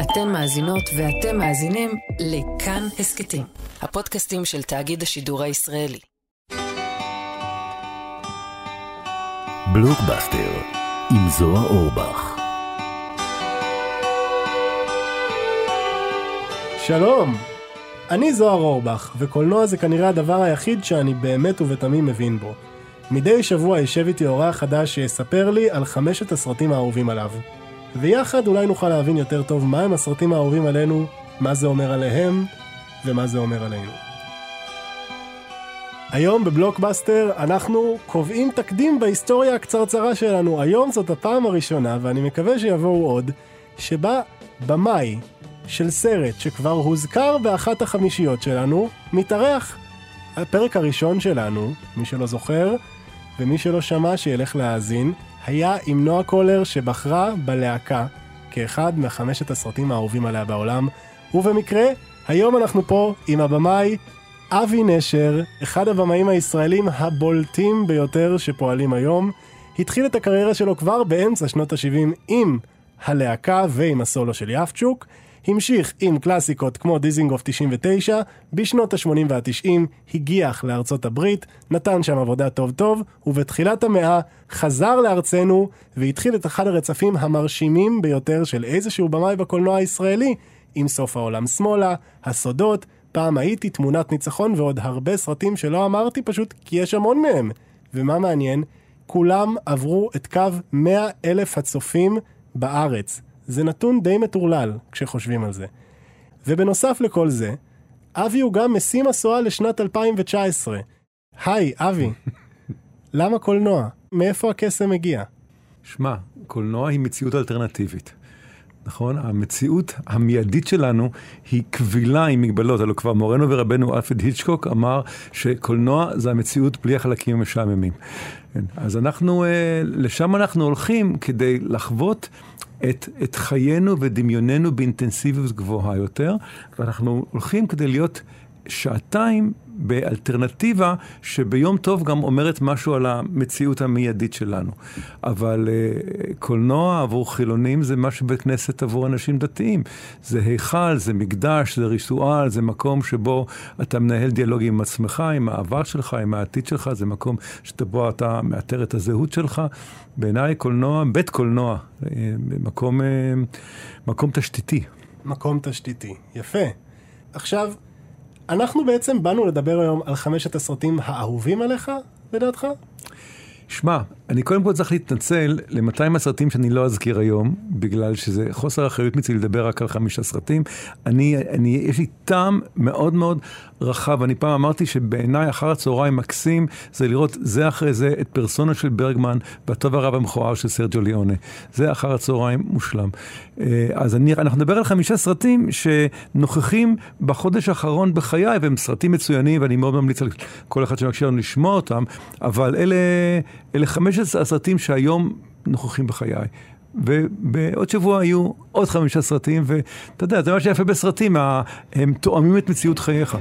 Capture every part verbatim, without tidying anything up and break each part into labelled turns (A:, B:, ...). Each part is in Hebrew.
A: אתן מאזינות ואתם מאזינים לכאן הסקטים, הפודקאסטים של תאגיד השידור הישראלי.
B: בלוקבאסטר עם זוהר אורבך.
C: שלום, אני זוהר אורבך, וקולנוע זה כנראה הדבר היחיד שאני באמת ובתמים מבין בו. מדי שבוע יישב איתי אורח חדש שיספר לי על חמשת הסרטים האהובים עליו. ויחד אולי נוכל להבין יותר טוב מהם הסרטים האהובים עלינו, מה זה אומר עליהם ומה זה אומר עלינו. היום בבלוקבאסטר אנחנו קובעים תקדים בהיסטוריה הקצרצרה שלנו. היום זאת הפעם הראשונה, ואני מקווה שיבואו עוד, שבה במאי של סרט שכבר הוזכר באחת החמישיות שלנו, מתארח. הפרק הראשון שלנו, מי שלא זוכר ומי שלא שמע שילך להאזין, היה עם נועה קולר שבחרה בלהקה כאחד מהחמשת הסרטים האהובים עליה בעולם. ובמקרה, היום אנחנו פה עם הבמאי אבי נשר, אחד הבמאים הישראלים הבולטים ביותר שפועלים היום. התחיל את הקריירה שלו כבר באמצע שנות ה-שבעים עם הלהקה ועם הסולו של יפצ'וק. המשיך עם קלאסיקות כמו דיזינגוף תשעים ותשע, בשנות ה-שמונים וה-תשעים הגיח לארצות הברית, נתן שם עבודה טוב טוב, ובתחילת המאה חזר לארצנו והתחיל את אחד הרצפים המרשימים ביותר של איזשהו במאי בקולנוע הישראלי, עם סוף העולם שמאלה, הסודות, פעם הייתי, תמונת ניצחון ועוד הרבה סרטים שלא אמרתי פשוט כי יש המון מהם. ומה מעניין? כולם עברו את קו מאה אלף הצופים בארץ. זה נתון די מטורלל כשחושבים על זה. ובנוסף לכל זה, אבי הוא גם משים מסועה לשנת אלפיים תשע עשרה. היי, אבי. למה קולנוע? מאיפה הקסם מגיע?
D: שמע, קולנוע היא מציאות אלטרנטיבית. נכון? המציאות המיידית שלנו היא קבילה עם מגבלות. אלו כבר מורנו ורבנו אלפרד היצ'קוק אמר שקולנוע זה המציאות בלי החלקים המשעממים. אז אנחנו, לשם אנחנו הולכים כדי לחוות את, את חיינו ודמיוננו באינטנסיביות גבוהה יותר, ואנחנו הולכים כדי להיות שעתיים באלטרנטיבה שביום טוב גם אומרת משהו על המציאות המיידית שלנו. אבל uh, קולנוע עבור חילונים זה מה שבית כנסת עבור אנשים דתיים. זה היכל, זה מקדש, זה ריטואל, זה מקום שבו אתה מנהל דיאלוג עם עצמך, עם העבר שלך, עם העתיד שלך, זה מקום שבו אתה מאתר את הזהות שלך. בעיניי קולנוע, בית קולנוע, מקום, מקום תשתיתי.
C: מקום תשתיתי, יפה. עכשיו, אנחנו בעצם באנו לדבר היום על חמשת הסרטים האהובים עליך, לדעתך?
D: שמע, אני קודם כל צריך להתנצל ל-מאתיים הסרטים שאני לא אזכיר היום, בגלל שזה חוסר אחריות מצלי לדבר רק על חמישה סרטים. אני, אני, יש לי טעם מאוד מאוד רחב. אני פעם אמרתי שבעיניי אחר הצהריים מקסים זה לראות זה אחרי זה את פרסונה של ברגמן והטוב הרב המכוער של סרג'יו ליאונה. זה אחר הצהריים מושלם. אז אני, אנחנו נדבר על חמישה סרטים שנוכחים בחודש האחרון בחיי, והם סרטים מצוינים, ואני מאוד ממליץ על כל אחד שמקשיב לנו לשמוע אותם, אבל אלה, אלה חמשת הסרטים שהיום נוכחים בחיי. ובעוד שבוע היו עוד חמישה סרטים, ואתה יודע, זה מה שיפה בסרטים, הם תואמים את מציאות חייך.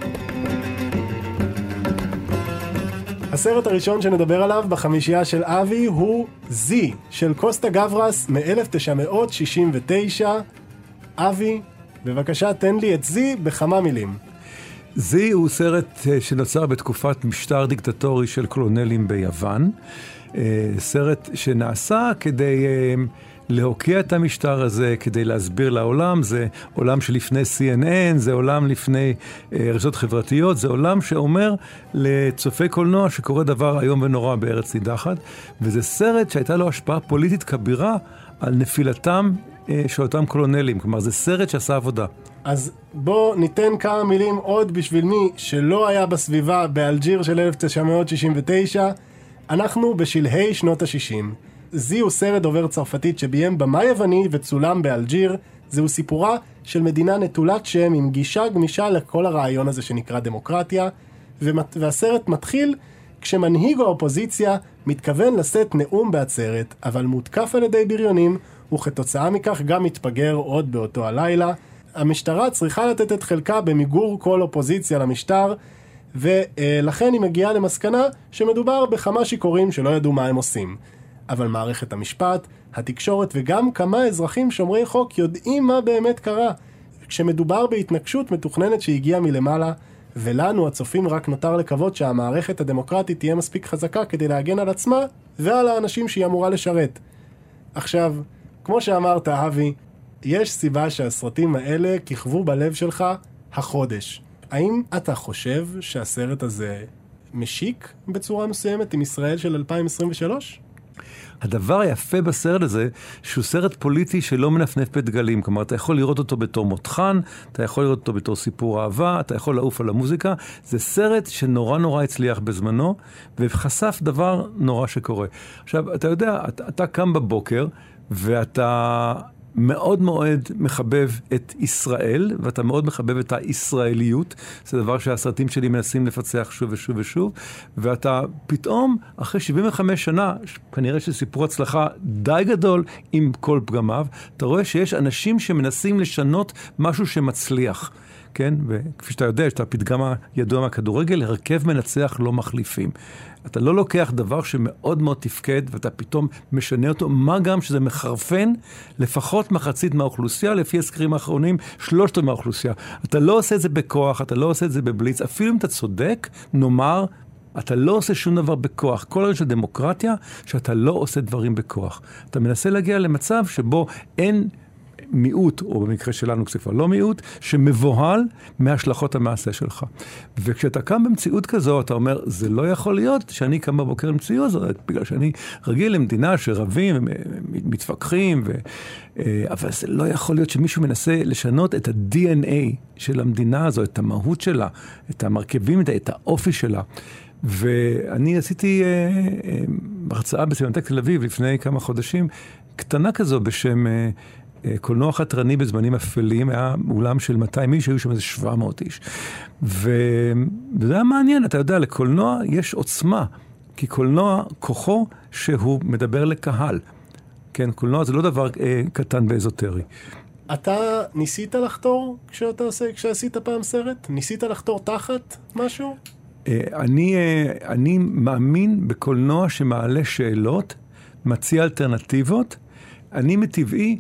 C: הסרט הראשון שנדבר עליו בחמישייה של אבי הוא זי, של קוסטה גברס מ-אלף תשע מאות שישים ותשע. אבי, בבקשה תן לי את זי בכמה מילים.
D: זי הוא סרט שנוצר בתקופת משטר דיקטטורי של קולונלים ביוון. סרט שנעשה כדי להוקיע את המשטר הזה, כדי להסביר לעולם. זה עולם שלפני סי אן אן, זה עולם לפני רשתות חברתיות, זה עולם שאומר לצופי קולנוע שקורה דבר היום ונורא בארץ נידחת, וזה סרט שהייתה לו השפעה פוליטית כבירה על נפילתם של אותם קולונלים. כלומר, זה סרט שעשה עבודה.
C: אז בוא ניתן כמה מילים עוד בשביל מי שלא היה בסביבה באלג'יר של אלף תשע מאות שישים ותשע. אנחנו בשלהי שנות ה-שישים. זי הוא סרט דובר צרפתית שביים במה יווני וצולם באלג'יר. זהו סיפורה של מדינה נטולת שם עם גישה גמישה לכל הרעיון הזה שנקרא דמוקרטיה. והסרט מתחיל כשמנהיג האופוזיציה מתכוון לשאת נאום בעצרת, אבל מותקף על ידי בריונים, וכתוצאה מכך גם מתפגר עוד באותו הלילה. המשטרה צריכה לתת את חלקה במיגור כל אופוזיציה למשטר, ולכן היא מגיעה למסקנה שמדובר בכמה שיכורים שלא ידעו מה הם עושים. אבל מערכת המשפט, התקשורת וגם כמה אזרחים שומרי חוק יודעים מה באמת קרה. כשמדובר בהתנגשות מתוכננת שהגיעה מלמעלה, ולנו הצופים רק נותר לקוות שהמערכת הדמוקרטית תהיה מספיק חזקה כדי להגן על עצמה ועל האנשים שהיא אמורה לשרת. עכשיו, כמו שאמרת אבי, יש סיבה שהסרטים האלה כיכבו בלב שלך החודש. האם אתה חושב שהסרט הזה משיק בצורה מסוימת עם ישראל של אלפיים עשרים ושלוש?
D: הדבר היפה בסרט הזה, שהוא סרט פוליטי שלא מנפנף בדגלים. כלומר, אתה יכול לראות אותו בתור מותחן, אתה יכול לראות אותו בתור סיפור אהבה, אתה יכול לעוף על המוזיקה. זה סרט שנורא נורא הצליח בזמנו, וחשף דבר נורא שקורה. עכשיו, אתה יודע, אתה, אתה קם בבוקר, ואתה מאוד מאוד מחבב את ישראל, ואתה מאוד מחבב את הישראליות, זה דבר שהסרטים שלי מנסים לפצח שוב ושוב ושוב, ואתה פתאום, אחרי שבעים וחמש שנה, כנראה שסיפור הצלחה די גדול עם כל פגמיו, אתה רואה שיש אנשים שמנסים לשנות משהו שמצליח. כן? וכפי שאתה יודע, יש את הפתגם הידוע מהכדורגל, הרכב מנצח לא מחליפים. אתה לא לוקח דבר שמאוד מאוד תפקד, ואתה פתאום משנה אותו, מה גם שזה מחרפן לפחות מחצית מהאוכלוסייה, לפי הסקרים האחרונים, שלושת מהאוכלוסייה. אתה לא עושה את זה בכוח, אתה לא עושה את זה בבליץ, אפילו אם אתה צודק, נאמר, אתה לא עושה שום דבר בכוח. כל הרגע של דמוקרטיה, שאתה לא עושה דברים בכוח. אתה מנסה להגיע למצב שבו אין מיעוט, או במקרה שלנו כשכבר לא מיעוט, שמבוהל מהשלכות המעשה שלך. וכשאתה קם במציאות כזו, אתה אומר, זה לא יכול להיות שאני קם בבוקר למציאות זו, בגלל שאני רגיל למדינה שרבים, מתווכחים, ו... אבל זה לא יכול להיות שמישהו מנסה לשנות את ה-די אן איי של המדינה הזו, את המהות שלה, את המרכיבים, את האופי שלה. ואני עשיתי הרצאה בסינמטק תל אביב לפני כמה חודשים, קטנה כזו בשם קולנוע חתרני בזמנים אפלים, היה אולם של מאתיים איש, היו שם איזה שבע מאות איש. וזה היה מעניין, אתה יודע, לקולנוע יש עוצמה, כי קולנוע כוחו שהוא מדבר לקהל. כן, קולנוע זה לא דבר אה, קטן ואזוטרי.
C: אתה ניסית לחתור כשאתה עושה, כשעשית פעם סרט? ניסית לחתור תחת משהו?
D: אה, אני, אה, אני מאמין בקולנוע שמעלה שאלות, מציע אלטרנטיבות. אני מטבעי,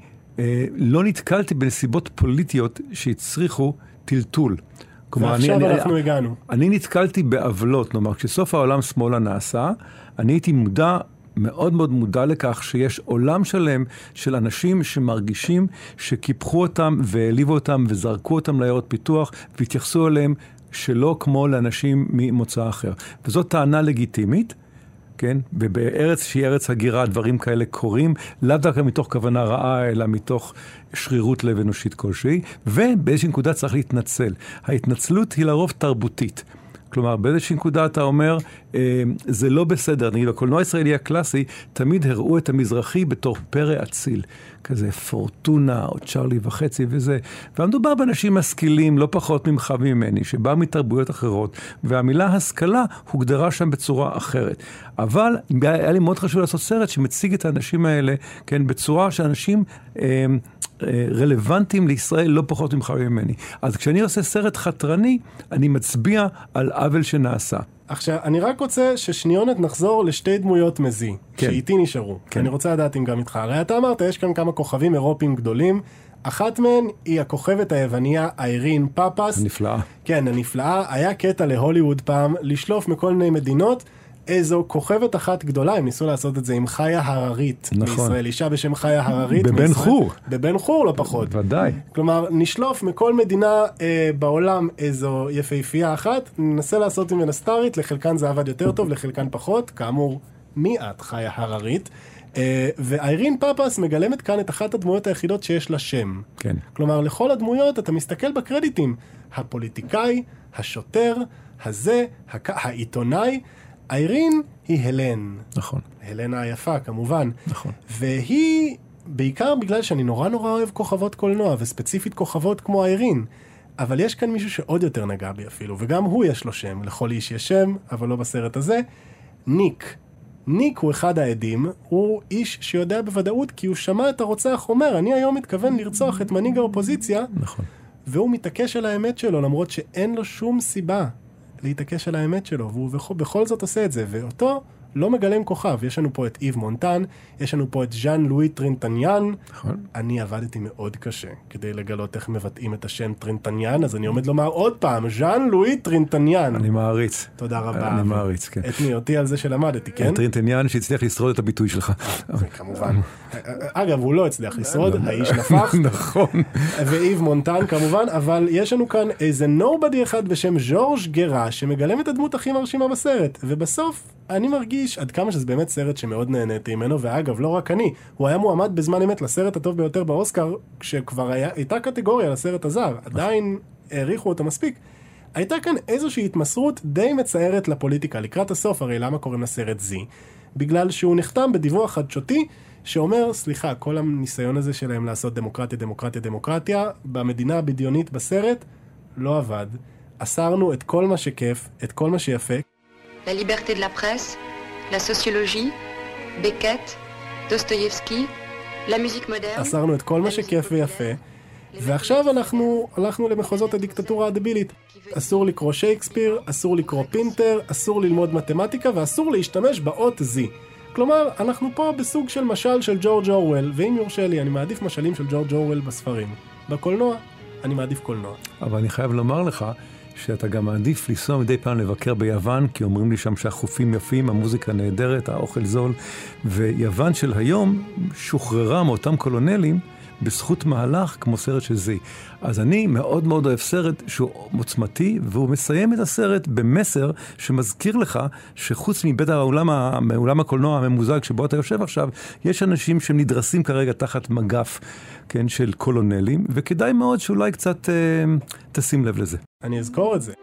D: לא נתקלתי בנסיבות פוליטיות שהצריכו טלטול.
C: ועכשיו אני, אנחנו אני, הגענו.
D: אני נתקלתי בעוולות, נאמר, כשסוף העולם שמאלה נעשה, אני הייתי מודע, מאוד מאוד מודע לכך שיש עולם שלם של אנשים שמרגישים שקיפחו אותם והעליבו אותם וזרקו אותם לעיירות פיתוח והתייחסו אליהם שלא כמו לאנשים ממוצא אחר. וזאת טענה לגיטימית, כן? ובארץ שהיא ארץ הגירה, דברים כאלה קורים, לאו דווקא מתוך כוונה רעה, אלא מתוך שרירות לב אנושית כלשהי, ובאיזושהי נקודה צריך להתנצל. ההתנצלות היא לרוב תרבותית. כלומר, באיזושהי נקודה אתה אומר, אה, זה לא בסדר. נגיד, בקולנוע הישראלי הקלאסי, תמיד הראו את המזרחי בתור פרא אציל. כזה פורטונה, או צ'רלי וחצי וזה. והמדובר באנשים משכילים, לא פחות ממך ממני, שבא מתרבויות אחרות, והמילה השכלה הוגדרה שם בצורה אחרת. אבל היה לי מאוד חשוב לעשות סרט שמציג את האנשים האלה, כן, בצורה שאנשים אה, אה, רלוונטיים לישראל לא פחות ממך ממני. אז כשאני עושה סרט חתרני, אני מצביע על עוול שנעשה.
C: עכשיו, אני רק רוצה ששניונת נחזור לשתי דמויות מזי, כן. שאיתי נשארו. כן. אני רוצה לדעת אם גם איתך. הרי אתה אמרת, יש כאן כמה כוכבים אירופיים גדולים, אחת מהן היא הכוכבת היווניה איירין פאפס.
D: הנפלאה.
C: כן, הנפלאה. היה קטע להוליווד פעם, לשלוף מכל מיני מדינות, איזו כוכבת אחת גדולה, הם ניסו לעשות את זה עם חיה הררית.
D: נכון.
C: מישראל, אישה בשם חיה הררית.
D: בבן מישראל, חור.
C: בבן חור לא פחות.
D: ודאי.
C: כלומר, נשלוף מכל מדינה אה, בעולם איזו יפהפייה אחת, ננסה לעשות עם מנסטרית, לחלקן זה עבד יותר טוב, לחלקן פחות. כאמור, מי את חיה הררית? אה, ואיירין פאפס מגלמת כאן את אחת הדמויות היחידות שיש לה שם.
D: כן.
C: כלומר, לכל הדמויות אתה מסתכל בקרדיטים. הפוליטיקאי, השוטר, הזה, הק... העיתונאי, איירין היא הלן.
D: נכון.
C: הלנה היפה, כמובן.
D: נכון.
C: והיא, בעיקר בגלל שאני נורא נורא אוהב כוכבות קולנוע, וספציפית כוכבות כמו איירין. אבל יש כאן מישהו שעוד יותר נגע בי אפילו, וגם הוא יש לו שם. לכל איש יש שם, אבל לא בסרט הזה. ניק. ניק הוא אחד העדים, הוא איש שיודע בוודאות, כי הוא שמע את הרוצח אומר, אני היום מתכוון לרצוח את מנהיג האופוזיציה.
D: נכון.
C: והוא מתעקש על האמת שלו, למרות שאין לו שום סיבה להתעקש על האמת שלו, והוא בכל, בכל זאת עושה את זה, ואותו לא מגלם כוכב. יש לנו פה את איב מונטן, יש לנו פה את ז'אן לואי טרינטניאן.
D: נכון.
C: אני עבדתי מאוד קשה כדי לגלות איך מבטאים את השם טרינטניאן, אז אני עומד לומר עוד פעם, ז'אן לואי טרינטניאן.
D: אני מעריץ.
C: תודה רבה.
D: אני מעריץ, כן.
C: את מי אותי על זה שלמדתי, כן?
D: טרינטניאן שהצליח לשרוד את הביטוי שלך.
C: כמובן. אגב, הוא לא הצליח לשרוד, האיש נפח.
D: נכון.
C: ואיב מונטן כמובן, אבל יש לנו כאן איזה נובדי אחד בשם ז'ורג' גרה, שמגלם את הדמות הכי מרשימה בסרט, ובסוף אני מרגיש עד כמה שזה באמת סרט שמאוד נהניתי ממנו, ואגב, לא רק אני, הוא היה מועמד בזמן אמת לסרט הטוב ביותר באוסקר, כשכבר היה, הייתה קטגוריה לסרט הזר, עדיין העריכו אותו מספיק. הייתה כאן איזושהי התמסרות די מצערת לפוליטיקה, לקראת הסוף, הרי למה קוראים לסרט זי? בגלל שהוא נחתם בדיווח חדשותי, שאומר, סליחה, כל הניסיון הזה שלהם לעשות דמוקרטיה, דמוקרטיה, דמוקרטיה, במדינה הבדיונית בסרט, לא עבד. אסרנו את כל מה שכיף, את כל מה שיפה.
E: La liberté de la presse, la sociologie, Beckett, Dostoïevski, la musique moderne.
C: אסרנו את כל מה שכיף ויפה, ועכשיו אנחנו הלכנו למחוזות הדיקטטורה הדבילית. אסור לקרוא שייקספיר, אסור לקרוא פינטר, אסור ללמוד מתמטיקה, ואסור להשתמש באות זי. כלומר, אנחנו פה בסוג של משל של ג'ורג' אורוול, ואם יורשה לי, אני מעדיף משלים של ג'ורג' אורוול בספרים. בקולנוע, אני מעדיף קולנוע.
D: אבל אני חייב לומר לך, שאתה גם מעדיף לנסוע מדי פעם לבקר ביוון, כי אומרים לי שם שהחופים יפים, המוזיקה נהדרת, האוכל זול, ויוון של היום שוחררה מאותם קולונלים בזכות מהלך כמו סרט של זי. אז אני מאוד מאוד אוהב סרט שהוא עוצמתי, והוא מסיים את הסרט במסר שמזכיר לך שחוץ מבית העולם, מעולם הקולנוע הממוזג שבו אתה יושב עכשיו, יש אנשים שנדרסים כרגע תחת מגף, כן, של קולונלים, וכדאי מאוד שאולי קצת אה, תשים לב לזה.
C: אני אזכור את זה.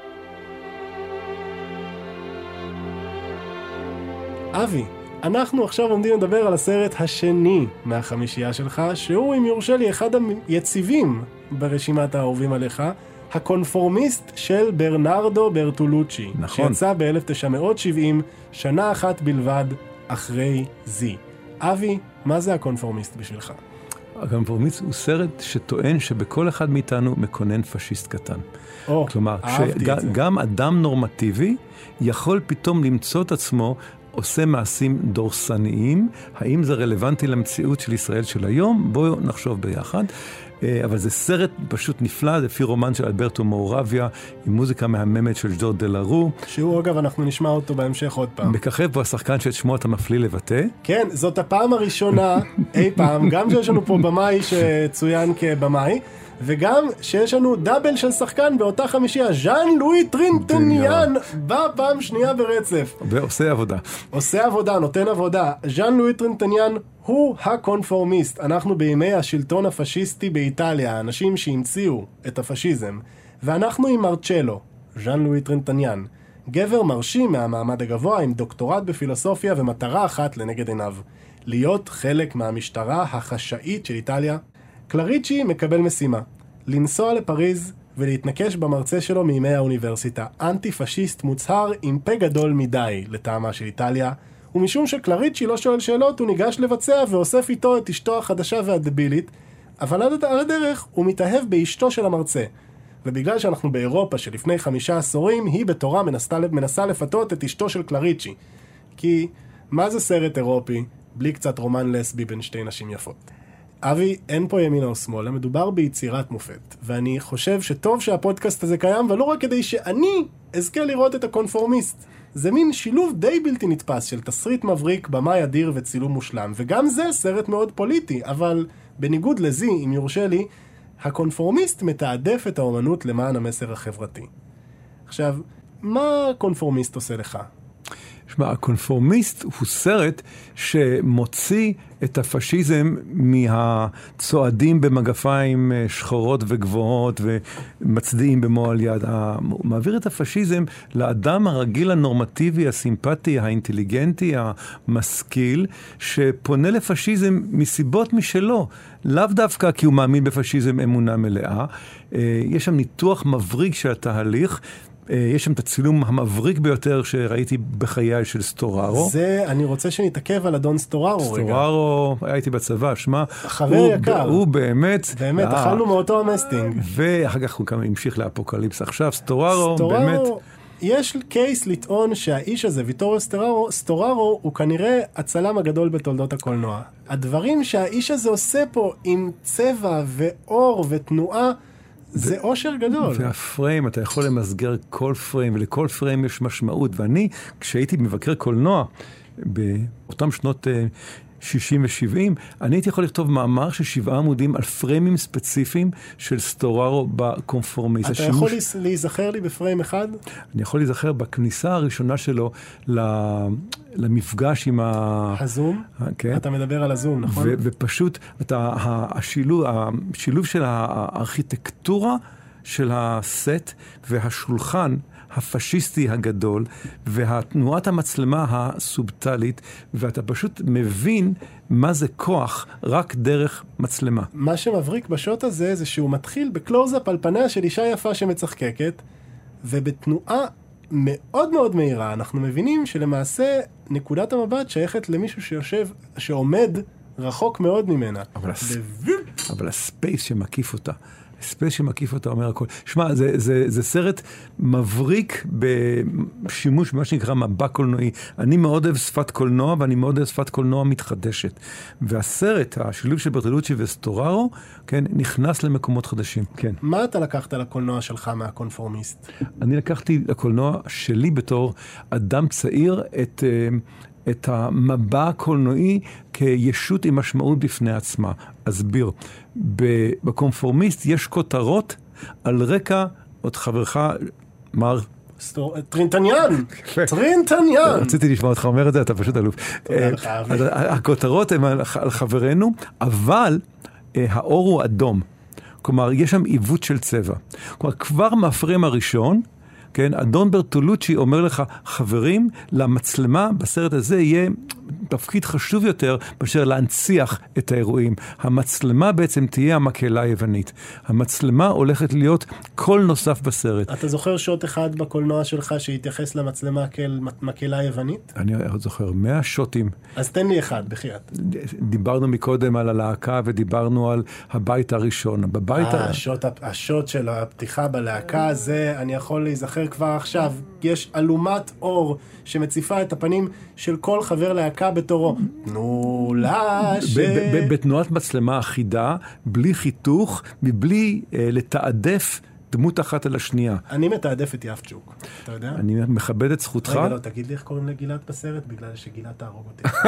C: אבי, אנחנו עכשיו עומדים לדבר על הסרט השני מהחמישייה שלך, שהוא, אם יורשה לי, אחד היציבים ברשימת האהובים עליך, הקונפורמיסט של ברנרדו ברטולוצ'י,
D: נכון.
C: שיצא ב-אלף תשע מאות שבעים, שנה אחת בלבד אחרי זי. אבי, מה זה הקונפורמיסט בשבילך?
D: הקונפורמיסט הוא סרט שטוען שבכל אחד מאיתנו מקונן פשיסט קטן.
C: או,
D: כלומר,
C: אהבתי את זה.
D: גם אדם נורמטיבי יכול פתאום למצוא את עצמו עושה מעשים דורסניים. האם זה רלוונטי למציאות של ישראל של היום? בואו נחשוב ביחד. אבל זה סרט פשוט נפלא, לפי רומן של אלברטו מורביה, עם מוזיקה מהממת של ז'ו דלרו.
C: שהוא, אגב, אנחנו נשמע אותו בהמשך עוד פעם.
D: מככב פה השחקן שאת שמו אתה מפליא לבטא.
C: כן, זאת הפעם הראשונה אי פעם, גם שיש לנו פה במאי שצוין כבמאי, וגם שיש לנו דאבל של שחקן באותה חמישייה, ז'אן לואי טרינטניאן, בא פעם שנייה ברצף.
D: ועושה עבודה.
C: עושה עבודה, נותן עבודה. ז'אן לואי טרינטניאן הוא הקונפורמיסט. אנחנו בימי השלטון הפשיסטי באיטליה, האנשים שהמציאו את הפשיזם. ואנחנו עם מרצ'לו, ז'אן לואי טרינטניאן. גבר מרשים מהמעמד הגבוה עם דוקטורט בפילוסופיה ומטרה אחת לנגד עיניו. להיות חלק מהמשטרה החשאית של איטליה. קלריצ'י מקבל משימה, לנסוע לפריז ולהתנקש במרצה שלו מימי האוניברסיטה, אנטי-פשיסט מוצהר עם פה גדול מדי לטעמה של איטליה, ומשום שקלריצ'י לא שואל שאלות הוא ניגש לבצע ואוסף איתו את אשתו החדשה והדבילית, אבל עד הדרך הוא מתאהב באשתו של המרצה, ובגלל שאנחנו באירופה שלפני חמישה עשורים, היא בתורה מנסה, מנסה לפתות את אשתו של קלריצ'י, כי מה זה סרט אירופי בלי קצת רומן לסבי בין שתי נשים יפות? אבי, אין פה ימינה או שמאלה, מדובר ביצירת מופת. ואני חושב שטוב שהפודקאסט הזה קיים, ולא רק כדי שאני אזכה לראות את הקונפורמיסט. זה מין שילוב די בלתי נתפס של תסריט מבריק, במאי אדיר וצילום מושלם. וגם זה סרט מאוד פוליטי, אבל בניגוד לזי, אם יורשה לי, הקונפורמיסט מתעדף את האומנות למען המסר החברתי. עכשיו, מה הקונפורמיסט עושה לך?
D: שמע, הקונפורמיסט הוא סרט שמוציא את הפשיזם מהצועדים במגפיים שחורות וגבוהות ומצדיעים במועל יד. הוא מעביר את הפשיזם לאדם הרגיל הנורמטיבי, הסימפטי, האינטליגנטי, המשכיל, שפונה לפשיזם מסיבות משלו. לאו דווקא כי הוא מאמין בפשיזם אמונה מלאה. יש שם ניתוח מבריק של התהליך, יש שם את הצילום המבריק ביותר שראיתי בחיי של סטוררו.
C: זה, אני רוצה שנתעכב על אדון סטוררו רגע.
D: סטוררו, הייתי בצבא, שמה.
C: חבר יקר.
D: הוא באמת.
C: באמת, אכלנו מאותו המסטינג.
D: ואחר כך הוא גם המשיך לאפוקליפס. עכשיו, סטוררו, באמת.
C: יש קייס לטעון שהאיש הזה, ויטוריו סטוררו, סטוררו, הוא כנראה הצלם הגדול בתולדות הקולנוע. הדברים שהאיש הזה עושה פה עם צבע ואור ותנועה, זה אושר גדול.
D: והפריים, אתה יכול למסגר כל פריים, ולכל פריים יש משמעות. ואני, כשהייתי מבקר קולנוע, באותם שנות שישים ושבעים, אני הייתי יכול לכתוב מאמר של שבעה עמודים על פריימים ספציפיים של סטוררו בקונפורמיסט.
C: אתה יכול להיזכר לי בפריים אחד?
D: אני יכול להיזכר בכניסה הראשונה שלו למפגש עם ה...
C: הזום?
D: כן.
C: אתה מדבר על הזום, נכון?
D: ופשוט אתה, השילוב, השילוב של הארכיטקטורה של הסט והשולחן הפשיסטי הגדול, והתנועת המצלמה הסובטלית, ואתה פשוט מבין מה זה כוח רק דרך מצלמה.
C: מה שמבריק בשוט הזה, זה שהוא מתחיל בקלוז-אפ על פניה של אישה יפה שמצחקקת, ובתנועה מאוד מאוד מהירה, אנחנו מבינים שלמעשה נקודת המבט שייכת למישהו שיושב, שעומד רחוק מאוד ממנה.
D: אבל, הס... אבל הספייס שמקיף אותה, הספייס שמקיף אותה אומר הכל. שמע, זה, זה, זה סרט מבריק בשימוש במה שנקרא מבע קולנועי. אני מאוד אוהב שפת קולנוע, ואני מאוד אוהב שפת קולנוע מתחדשת. והסרט, השילוב של ברטולוצ'י וסטוררו, כן, נכנס למקומות חדשים. כן.
C: מה אתה לקחת לקולנוע שלך מהקונפורמיסט?
D: אני לקחתי לקולנוע שלי בתור אדם צעיר את... את המבע הקולנועי כישות עם משמעות בפני עצמה. אסביר. בקונפורמיסט יש כותרות על רקע, עוד חברך, מר...
C: טרינטניאן! טרינטניאן!
D: רציתי לשמוע אותך אומר את זה, אתה פשוט אלוף. הכותרות הן על חברנו, אבל האור הוא אדום. כלומר, יש שם עיוות של צבע. כלומר, כבר מהפריים הראשון, כן, אדון ברטולוצ'י אומר לך, חברים, למצלמה בסרט הזה יהיה תפקיד חשוב יותר מאשר להנציח את האירועים. המצלמה בעצם תהיה המקהלה היוונית. המצלמה הולכת להיות קול נוסף בסרט.
C: אתה זוכר שוט אחד בקולנוע שלך שהתייחס למצלמה כאל מקהלה היוונית?
D: אני זוכר מאה שוטים.
C: אז תן לי אחד, בחייאת.
D: דיברנו מקודם על הלהקה ודיברנו על הבית הראשון. בבית
C: 아, ה... השוט, השוט של הפתיחה בלהקה הזה, אני יכול להיזכר כבר עכשיו. יש אלומת אור שמציפה את הפנים של כל חבר להקה בתורו. תנו לה ש...
D: בתנועת מצלמה אחידה, בלי חיתוך, מבלי לתעדף דמות אחת על השנייה.
C: אני מתעדף את יפצ'וק, אתה יודע?
D: אני מכבד את זכותך.
C: רגע, לא, תגיד לי איך קוראים לגילת בסרט, בגלל שגילת תהרוג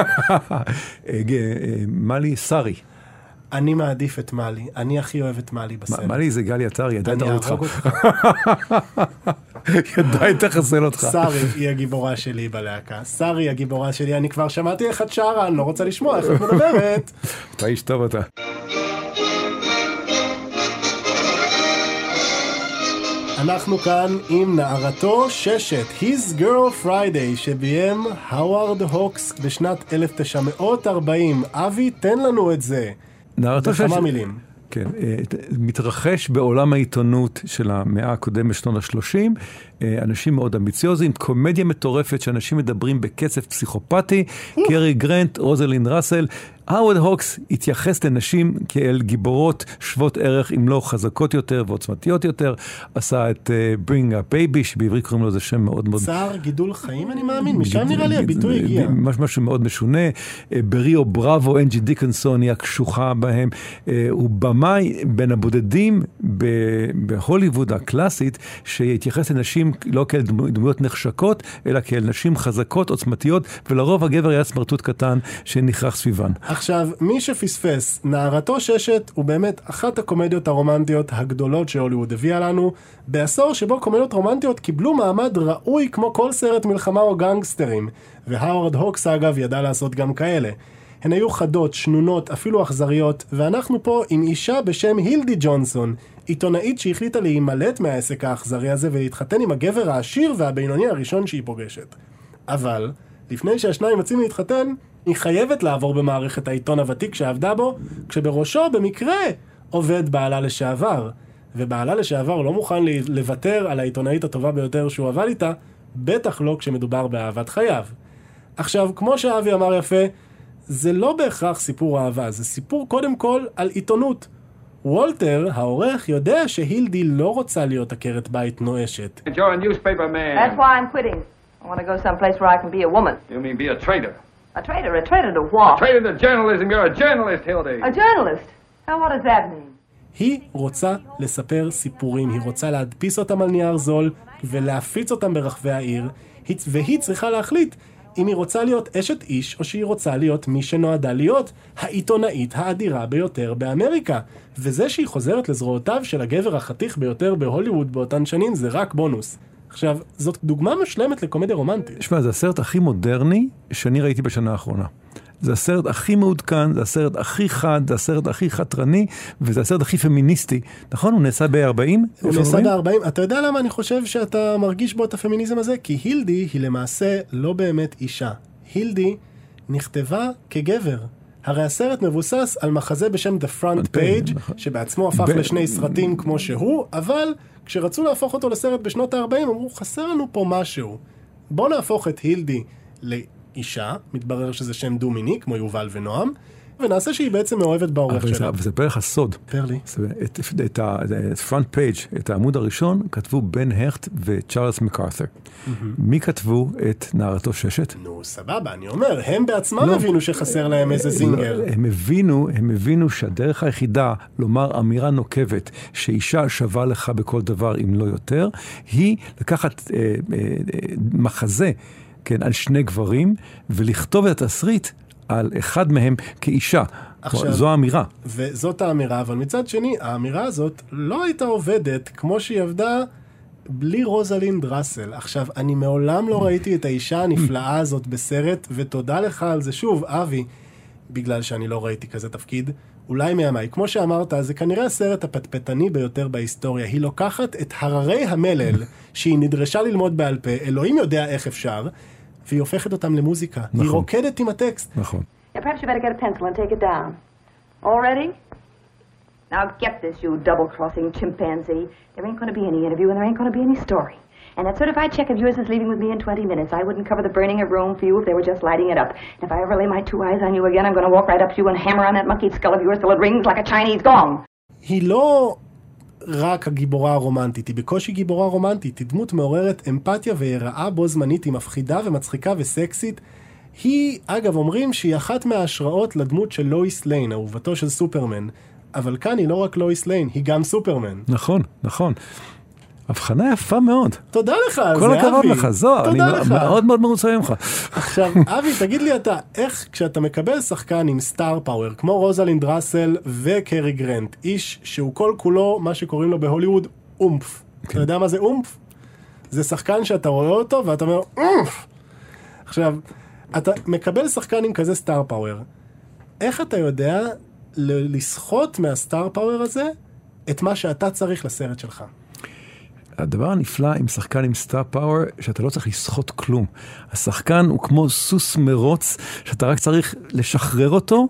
C: אותי.
D: מלי סרי.
C: אני מעדיף את מלי, אני הכי אוהב את מלי בסרט.
D: מלי זה גלי עטר, ידע את
C: אותך.
D: ידע את תחסל אותך.
C: סרי היא הגיבורה שלי בלהקה. סרי היא הגיבורה שלי, אני כבר שמעתי איך את שרה, אני לא רוצה לשמוע איך את מדברת.
D: אתה איש טוב אתה.
C: אנחנו כאן עם נערתו ששת, His Girl Friday, שביים האוורד הוקס בשנת אלף תשע מאות ארבעים. אבי, תן לנו את זה.
D: נערתו
C: ששת. בכמה מילים.
D: כן, מתרחש בעולם העיתונות של המאה הקודמת בשנות ה-שלושים, אנשים מאוד אמביציוזיים, קומדיה מטורפת שאנשים מדברים בקצב פסיכופתי, קרי גרנט, רוזלין ראסל, האוורד הוקס התייחס לנשים כאל גיבורות שוות ערך, אם לא חזקות יותר ועוצמתיות יותר, עשה את uh, Bring a Baby, שבעברית קוראים לו זה שם מאוד מאוד...
C: צער גידול חיים, אני מאמין, משם נראה לי הביטוי הגיע.
D: משהו מאוד משונה, בריו בראבו, אנג'י דיקנסון, היא הקשוחה בהם, הוא במאי בין הבודדים בהוליווד הקלאסית, שהתייחס לנשים לא כאל דמויות נחשקות, אלא כאל נשים חזקות, עוצמתיות, ולרוב הגבר היה סמרטוט קטן שנכרח סביבן.
C: עכשיו, מי שפספס, נערתו ששת הוא באמת אחת הקומדיות הרומנטיות הגדולות שהוליווד הביאה לנו, בעשור שבו קומדיות רומנטיות קיבלו מעמד ראוי כמו כל סרט מלחמה או גנגסטרים, והאוורד הוקס אגב ידע לעשות גם כאלה. הן היו חדות, שנונות, אפילו אכזריות, ואנחנו פה עם אישה בשם הילדי ג'ונסון, עיתונאית שהחליטה להימלט מהעסק האכזרי הזה ולהתחתן עם הגבר העשיר והבינוני הראשון שהיא פוגשת. אבל, לפני שהשניים יוצאים להתחתן, היא חייבת לעבור במערכת העיתון הוותיק שעבדה בו, כשבראשו במקרה עובד בעלה לשעבר. ובעלה לשעבר לא מוכן לוותר על העיתונאית הטובה ביותר שהוא עבד איתה, בטח לא כשמדובר באהבת חייו. עכשיו, כמו שאבי אמר יפה, זה לא בהכרח סיפור אהבה, זה סיפור קודם כל על עיתונות. וולטר, העורך, יודע שהילדי לא רוצה להיות עקרת בית נואשת.
F: You're a newspaper man.
G: That's why I'm quitting. I want to go someplace where I can be a woman.
F: You mean be a traitor?
G: A traitor? A traitor to what?
F: A traitor to journalism. You're a journalist, Hildy.
G: A journalist? Now what does that mean?
C: היא רוצה לספר סיפורים, היא רוצה להדפיס אותם על נייר זול ולהפיץ אותם ברחבי העיר, והיא צריכה להחליט אם היא רוצה להיות אשת איש או שהיא רוצה להיות מי שנועדה להיות העיתונאית האדירה ביותר באמריקה. וזה שהיא חוזרת לזרועותיו של הגבר החתיך ביותר בהוליווד באותן שנים זה רק בונוס. עכשיו, זאת דוגמה משלמת לקומדיה רומנטית.
D: שמע, זה הסרט הכי מודרני שאני ראיתי בשנה האחרונה. זה הסרט הכי מעודכן, זה הסרט הכי חד, זה הסרט הכי חתרני, וזה הסרט הכי פמיניסטי. נכון? הוא נעשה ב-ארבעים?
C: הוא נעשה ב-ארבעים. אתה יודע למה אני חושב שאתה מרגיש בו את הפמיניזם הזה? כי הילדי היא למעשה לא באמת אישה. הילדי נכתבה כגבר. הרי הסרט מבוסס על מחזה בשם The Front Page, שבעצמו הפך לשני סרטים כמו שהוא, אבל כשרצו להפוך אותו לסרט בשנות ה-ארבעים, אמרו, חסר לנו פה משהו. בוא נהפוך את הילדי לאישה, מתברר שזה שם דומיני, כמו יובל ונועם, ונעשה שהיא בעצם מאוהבת בעורך שלה.
D: אבל זה פרח לך סוד.
C: פר לי.
D: את ה-front page, את העמוד הראשון, כתבו בן הכט וצ'ארלס מקארת'ר. מי כתבו את נערתו ששת?
C: נו, סבבה, אני אומר, הם בעצמם הבינו שחסר להם איזה זינגר.
D: הם הבינו, הם הבינו שהדרך היחידה לומר אמירה נוקבת, שאישה שווה לך בכל דבר אם לא יותר, היא לקחת מחזה, כן, על שני גברים, ולכתוב את התסריט על אחד מהם כאישה. עכשיו, זו האמירה.
C: וזאת האמירה, אבל מצד שני, האמירה הזאת לא הייתה עובדת כמו שהיא עבדה בלי רוזלינד ראסל. עכשיו, אני מעולם לא ראיתי את האישה הנפלאה הזאת בסרט, ותודה לך על זה שוב, אבי, בגלל שאני לא ראיתי כזה תפקיד, אולי מימיי. כמו שאמרת, זה כנראה הסרט הפטפטני ביותר בהיסטוריה. היא לוקחת את הררי המלל שהיא נדרשה ללמוד בעל פה, אלוהים יודע איך אפשר, והיא הופכת אותם למוזיקה. נכון. היא רוקדת עם הטקסט.
D: נכון.
G: Yeah, perhaps you better get a pencil and take it down. All ready? Now get this, you double-crossing chimpanzee. There ain't going to be any interview and there ain't going to be any story. And that certified check of yours is leaving with me in twenty minutes. I wouldn't cover the burning of Rome for you if they were just lighting it up. And if I ever lay my two eyes on you again, I'm going to walk right up to you and hammer on that monkey's skull of yours till it rings like a Chinese gong.
C: היא לא רק הגיבורה הרומנטית, היא בקושי גיבורה רומנטית. היא דמות מעוררת אמפתיה והיראה בו זמנית, היא מפחידה ומצחיקה וסקסית. היא, אגב, אומרים שהיא אחת מההשראות לדמות של לואיס ליין, אהובתו של סופרמן. אבל כאן היא לא רק לואיס ליין, היא גם סופרמן.
D: נכון, נכון. הבחנה יפה מאוד.
C: תודה לך על זה,
D: כל
C: אבי.
D: הכבוד לך, זו, אני מאוד מאוד מרוצה ממך.
C: עכשיו, אבי, תגיד לי אתה, איך כשאתה מקבל שחקן עם סטאר פאוור, כמו רוזלינד ראסל וקרי גרנט, איש שהוא כל כולו, מה שקוראים לו בהוליווד, אומף. אתה יודע מה זה אומף? זה שחקן שאתה רואה אותו ואתה אומר, אומף! עכשיו, אתה מקבל שחקן עם כזה סטאר פאוור. איך אתה יודע לסחוט מהסטאר פאוור הזה את מה שאתה צריך לסרט שלך?
D: הדבר הנפלא עם שחקן עם סטאר פאוור, שאתה לא צריך לסחוט כלום. השחקן הוא כמו סוס מרוץ, שאתה רק צריך לשחרר אותו,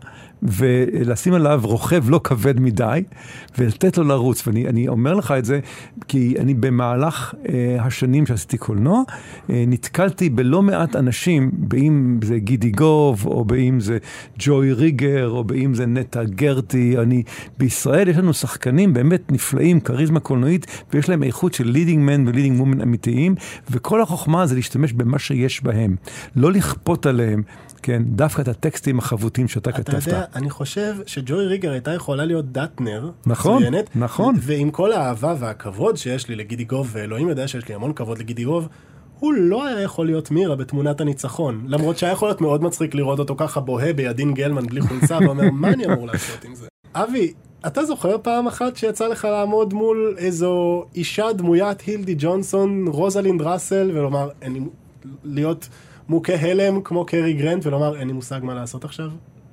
D: ולשים עליו רוכב לא כבד מדי, ולתת לו לרוץ. ואני אני אומר לך את זה, כי אני במהלך אה, השנים שעשיתי קולנוע, אה, נתקלתי בלא מעט אנשים, באם זה גידי גוב, או באם זה ג'וי ריגר, או באם זה נטה גרטי. אני, בישראל יש לנו שחקנים באמת נפלאים, קריזמה קולנועית, ויש להם איכות של לידינג מן ולידינג וומן אמיתיים, וכל החוכמה זה להשתמש במה שיש בהם. לא לכפות עליהם. כן, דווקא את הטקסטים החבוטים שאתה כתבת.
C: אתה יודע, אני חושב שג'וי ריגר הייתה יכולה להיות דאטנר.
D: נכון,
C: מצוינת,
D: נכון.
C: ועם כל האהבה והכבוד שיש לי לגידי גוב, ואלוהים יודע שיש לי המון כבוד לגידי גוב, הוא לא היה יכול להיות מירה בתמונת הניצחון. למרות שהיה יכול להיות מאוד מצחיק לראות אותו ככה בוהה בידין גלמן בלי חולצה, ואומר, מה אני אמור לעשות עם זה? אבי, אתה זוכר פעם אחת שיצא לך לעמוד מול איזו אישה דמוית הילדי ג'ונסון, רוזלינד ראסל, ולומר, אני, להיות מוכה הלם כמו קרי גרנט, ולומר, אין לי מושג מה לעשות עכשיו?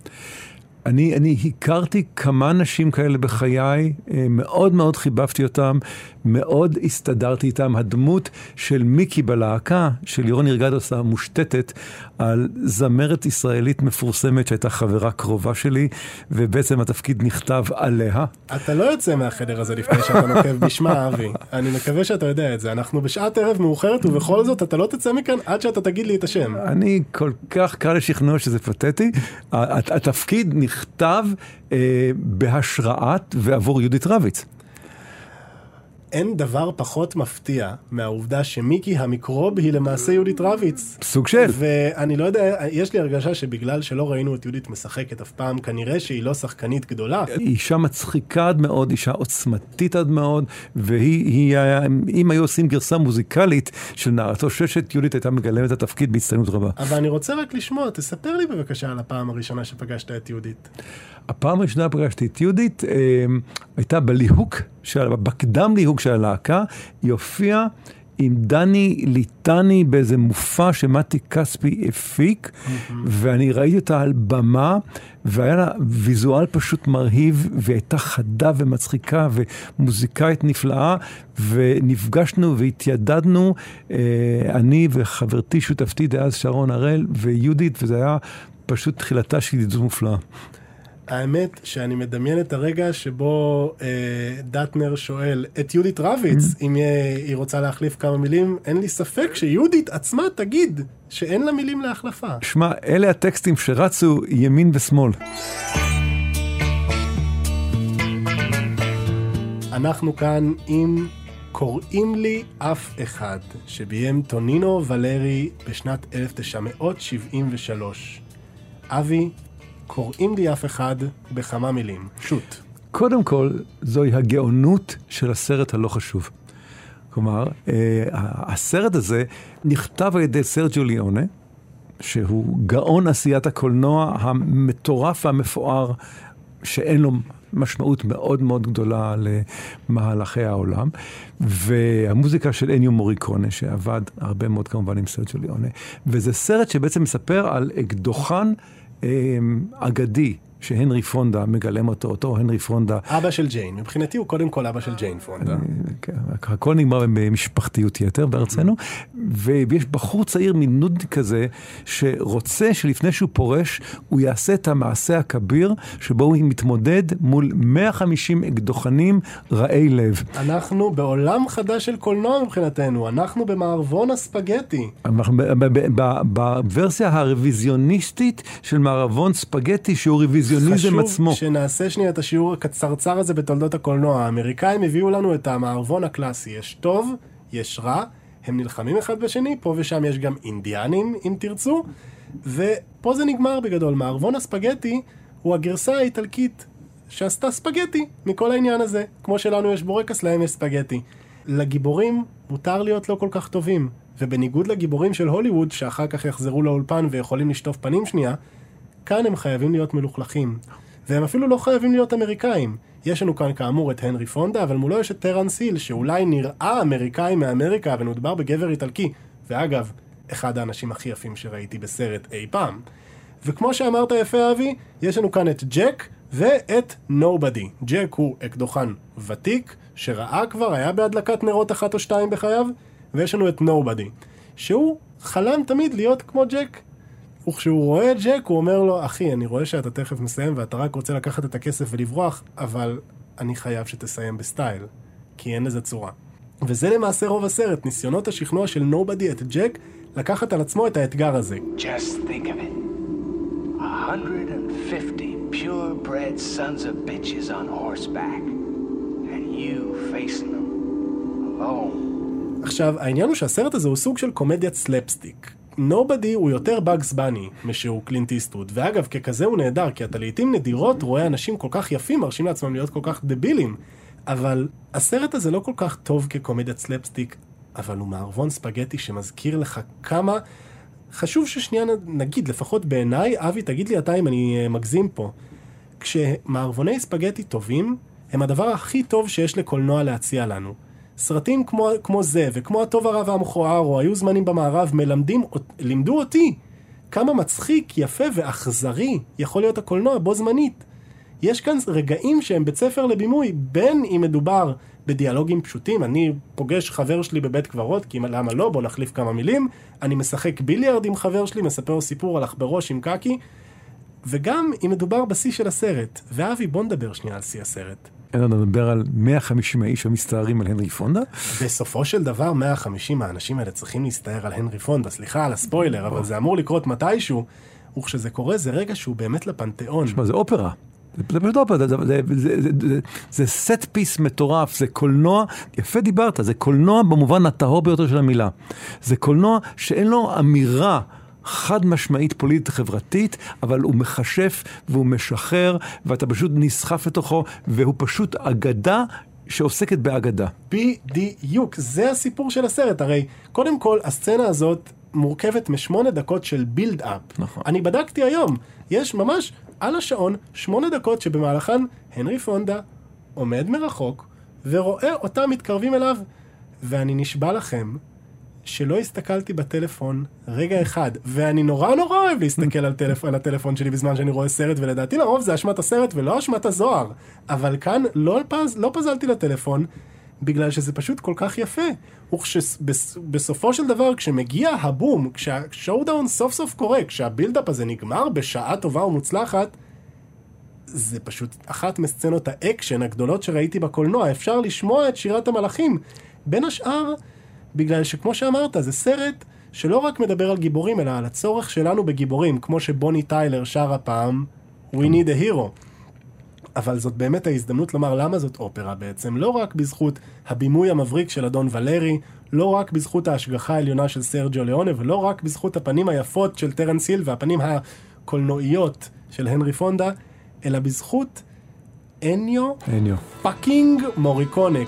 D: אני, אני הכרתי כמה נשים כאלה בחיי, מאוד מאוד חיבבתי אותם, מאוד הסתדרתי איתם. הדמות של מיקי בלהקה, של לירון ירגדוס המושתתת, על זמרת ישראלית מפורסמת שהייתה חברה קרובה שלי, ובעצם התפקיד נכתב עליה.
C: אתה לא יוצא מהחדר הזה לפני שאתה נוקב בשמה, אבי. אני מקווה שאתה יודע את זה. אנחנו בשעת ערב מאוחרת, ובכל זאת אתה לא תצא מכאן עד שאתה תגיד לי את השם.
D: אני כל כך קל לשכנוע שזה פתטי. התפקיד נכתב אה, בהשראת ועבור יהודית רביץ.
C: אין דבר פחות מפתיע מהעובדה שמיקי המיקרוב היא למעשה יהודית רביץ.
D: סוג של.
C: ואני לא יודע, יש לי הרגשה שבגלל שלא ראינו את יהודית משחקת אף פעם, כנראה שהיא לא שחקנית גדולה.
D: היא אישה מצחיקה עד מאוד, אישה עוצמתית עד מאוד, והיא, היא, אם היו עושים גרסה מוזיקלית של נערתו ששת, יהודית הייתה מגלמת את התפקיד בהצטיינות רבה.
C: אבל אני רוצה רק לשמוע, תספר לי בבקשה על הפעם הראשונה שפגשת את יהודית.
D: הפעם הראשונה פגשתי את יהודית, אה, הייתה בליהוק, של, בקדם ליהוק של הלהקה, היא הופיעה עם דני ליטני באיזה מופע שמתי כספי הפיק, mm-hmm. ואני ראיתי אותה על במה, והיה לה ויזואל פשוט מרהיב, והייתה חדה ומצחיקה, ומוזיקאית נפלאה, ונפגשנו והתיידדנו, אה, אני וחברתי שותפתי דאז שרון הראל, ויהודית, וזה היה פשוט תחילתה של ידידות מופלאה.
C: האמת שאני מדמיין את הרגע שבו אה, דטנר שואל את יהודית רביץ, mm-hmm. אם היא רוצה להחליף כמה מילים, אין לי ספק שיהודית עצמה תגיד שאין לה מילים להחלפה. שמע,
D: אלה הטקסטים שרצו ימין ושמאל.
C: אנחנו כאן עם קוראים לי אף אחד, שביים טונינו ולרי בשנת אלף תשע מאות שבעים ושלוש. אבי, קוראים לי אף אחד בכמה מילים. שוט.
D: קודם כל, זוהי הגאונות של הסרט הלא חשוב. כלומר, אה, הסרט הזה נכתב על ידי סרג'יו ליאונה, שהוא גאון עשיית הקולנוע המטורף והמפואר, שאין לו משמעות מאוד מאוד גדולה למהלכי העולם, והמוזיקה של אניו מוריקונה, שעבד הרבה מאוד כמובן עם סרג'יו ליאונה, וזה סרט שבעצם מספר על אקדוחן אגדי, שהנרי פונדה מגלם אותו, אותו הנרי פונדה.
C: אבא של ג'יין, מבחינתי הוא קודם כל אבא של ג'יין פונדה.
D: הכל נגמר במשפחתיות יתר בארצנו, ויש בחור צעיר מנודניק כזה, שרוצה שלפני שהוא פורש, הוא יעשה את המעשה הכביר, שבו הוא מתמודד מול מאה וחמישים אקדוחנים רעי לב.
C: אנחנו בעולם חדש של קולנוע מבחינתנו, אנחנו במערבון הספגטי.
D: בוורסיה הרוויזיוניסטית של מערבון ספגטי, שהוא רוויזיוניסט,
C: חשוב שנעשה שנייה את השיעור הקצרצר הזה בתולדות הקולנוע. האמריקאים הביאו לנו את המערבון הקלאסי. יש טוב, יש רע, הם נלחמים אחד בשני, פה ושם יש גם אינדיאנים, אם תרצו, ופה זה נגמר בגדול. מערבון הספגטי הוא הגרסה האיטלקית שעשתה ספגטי מכל העניין הזה. כמו שלנו יש בורקס, להם יש ספגטי. לגיבורים מותר להיות לא כל כך טובים, ובניגוד לגיבורים של הוליווד, שאחר כך יחזרו לאולפן ויכולים לשטוף פנים שנייה, כאן הם חייבים להיות מלוכלכים, והם אפילו לא חייבים להיות אמריקאים. יש לנו כאן כאמור את הנרי פונדה, אבל מולו יש את טרנס היל, שאולי נראה אמריקאי מאמריקה, אבל מדובר בגבר איטלקי, ואגב, אחד האנשים הכי יפים שראיתי בסרט אי פעם. וכמו שאמרת יפה אבי, יש לנו כאן את ג'ק ואת נובדי. ג'ק הוא אקדוחן ותיק, שראה כבר, היה בהדלקת נרות אחת או שתיים בחייו, ויש לנו את נובדי, שהוא חלם תמיד להיות כמו ג'ק. וכשהוא רואה את ג'ק, הוא אומר לו, אחי, אני רואה שאתה תכף מסיים ואתה רק רוצה לקחת את הכסף ולברוח, אבל אני חייב שתסיים בסטייל, כי אין לזה צורה. וזה למעשה רוב הסרט, ניסיונות השכנוע של נובדי את ג'ק, לקחת על עצמו את האתגר הזה.
H: Just think of it. one hundred fifty purebred sons of bitches on horseback. And you facing them alone.
C: עכשיו, העניין הוא שהסרט הזה הוא סוג של קומדיית סלפסטיק. נובדי הוא יותר בגס בני משהוא קלינט איסטווד, ואגב ככזה הוא נהדר, כי אתה לעתים נדירות רואה אנשים כל כך יפים מרשים לעצמם להיות כל כך דבילים, אבל הסרט הזה לא כל כך טוב כקומדיית סלפסטיק, אבל הוא מערבון ספגטי שמזכיר לך כמה חשוב ששנייה נגיד, לפחות בעיניי, אבי תגיד לי אתה אם אני מגזים פה, כשמערבוני ספגטי טובים הם הדבר הכי טוב שיש לקולנוע להציע לנו. סרטים כמו, כמו זה, וכמו הטוב הרע והמכוער, או היו זמנים במערב, מלמדים, לימדו אותי כמה מצחיק, יפה ואכזרי יכול להיות הקולנוע בו זמנית. יש כאן רגעים שהם בית ספר לבימוי, בין אם מדובר בדיאלוגים פשוטים, אני פוגש חבר שלי בבית קברות, כי למה לא, בוא נחליף כמה מילים, אני משחק ביליארד עם חבר שלי, מספר סיפור על אחברוש עם קקי, וגם אם מדובר בשיא של הסרט. ואבי, בוא נדבר שנייה על שיא הסרט.
D: אין לנו לדבר על מאה וחמישים האיש המסתערים על הנרי פונדה?
C: בסופו של דבר, מאה וחמישים האנשים האלה צריכים להסתער על הנרי פונדה. סליחה על הספוילר, אבל זה אמור לקרות מתישהו. וכשזה קורה זה רגע שהוא באמת לפנתיאון.
D: שמה, זה אופרה. זה פשוט אופרה, זה, זה, זה, זה, זה, זה סט פיס מטורף, זה קולנוע, יפה דיברת, זה קולנוע במובן הטהור ביותר של המילה. זה קולנוע שאין לו אמירה חד משמעית פוליטית חברתית, אבל הוא מחשף והוא משחרר, ואתה פשוט נסחף לתוכו, והוא פשוט אגדה שעוסקת באגדה.
C: בדיוק, זה הסיפור של הסרט. הרי קודם כל, הסצנה הזאת מורכבת משמונה דקות של בילד-אפ.
D: נכון.
C: אני בדקתי היום, יש ממש על השעון שמונה דקות שבמהלכן הנרי פונדה עומד מרחוק ורואה אותם מתקרבים אליו, ואני נשבע לכם שלא הסתכלתי בטלפון רגע אחד, ואני נורא נורא אוהב להסתכל על, טלפ... על הטלפון שלי בזמן שאני רואה סרט, ולדעתי לרוב זה אשמת הסרט ולא אשמת הזוהר, אבל כאן לא, פז... לא פזלתי לטלפון, בגלל שזה פשוט כל כך יפה. ובסופו של דבר, כשמגיע הבום, כשהשואודאון סוף סוף קורה, כשהבילדאפ הזה נגמר בשעה טובה ומוצלחת, זה פשוט אחת מסצנות האקשן הגדולות שראיתי בקולנוע. אפשר לשמוע את שירת המלאכים. בין השאר, בגלל שכמו שאמרת, זה סרט שלא רק מדבר על גיבורים, אלא על הצורך שלנו בגיבורים, כמו שבוני טיילר שר הפעם, We need a hero. אבל זאת באמת ההזדמנות לומר למה זאת אופרה בעצם. לא רק בזכות הבימוי המבריק של אדון ולרי, לא רק בזכות ההשגחה העליונה של סרג'יו ליאונה, ולא רק בזכות הפנים היפות של טרנס היל והפנים הקולנועיות של הנרי פונדה, אלא בזכות אניו,
D: אניו.
C: פאקינג מוריקונה.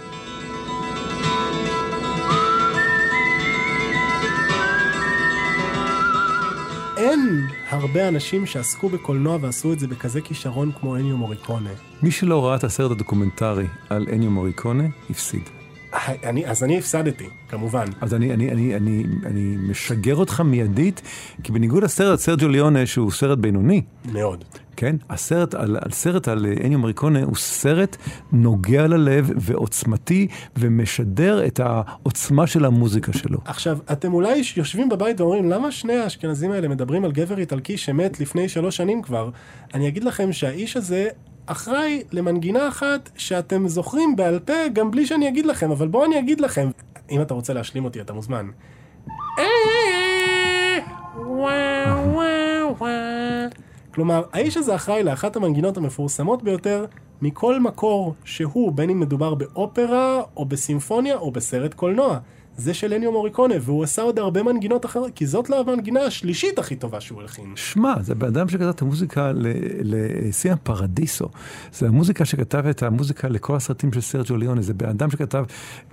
C: אין הרבה אנשים שעסקו בקולנוע ועשו את זה בכזה כישרון כמו אניו מוריקונה.
D: מי שלא ראה את הסרט הדוקומנטרי על אניו מוריקונה, הפסיד.
C: אני, אז אני הפסדתי, כמובן.
D: אז אני, אני, אני, אני, אני משגר אותך מיידית, כי בניגוד לסרט, סרג'יו ליאונה, שהוא סרט בינוני.
C: מאוד.
D: כן? הסרט על, על סרט על אניו מוריקונה הוא סרט נוגע ללב ועוצמתי, ומשדר את העוצמה של המוזיקה שלו.
C: עכשיו, אתם אולי יושבים בבית ואומרים, למה שני האשכנזים האלה מדברים על גבר איטלקי שמת לפני שלוש שנים כבר? אני אגיד לכם שהאיש הזה אחראי למנגינה אחת שאתם זוכרים בעל פה, גם בלי שאני אגיד לכם, אבל בואו אני אגיד לכם. אם אתה רוצה להשלים אותי, אתה מוזמן. כלומר, האיש הזה אחראי לאחת המנגינות המפורסמות ביותר מכל מקור שהוא, בין אם מדובר באופרה או בסימפוניה או בסרט קולנוע. זה של אניו מוריקונה, והוא עשה עוד הרבה מנגינות אחרות, כי זאת לא המנגינה השלישית הכי טובה שהוא הלחין.
D: שמע, זה באדם שכתב את המוזיקה לסיה פרדיסו. זה המוזיקה שכתב את המוזיקה לכל הסרטים של סרג'יו ליאונה. זה באדם שכתב,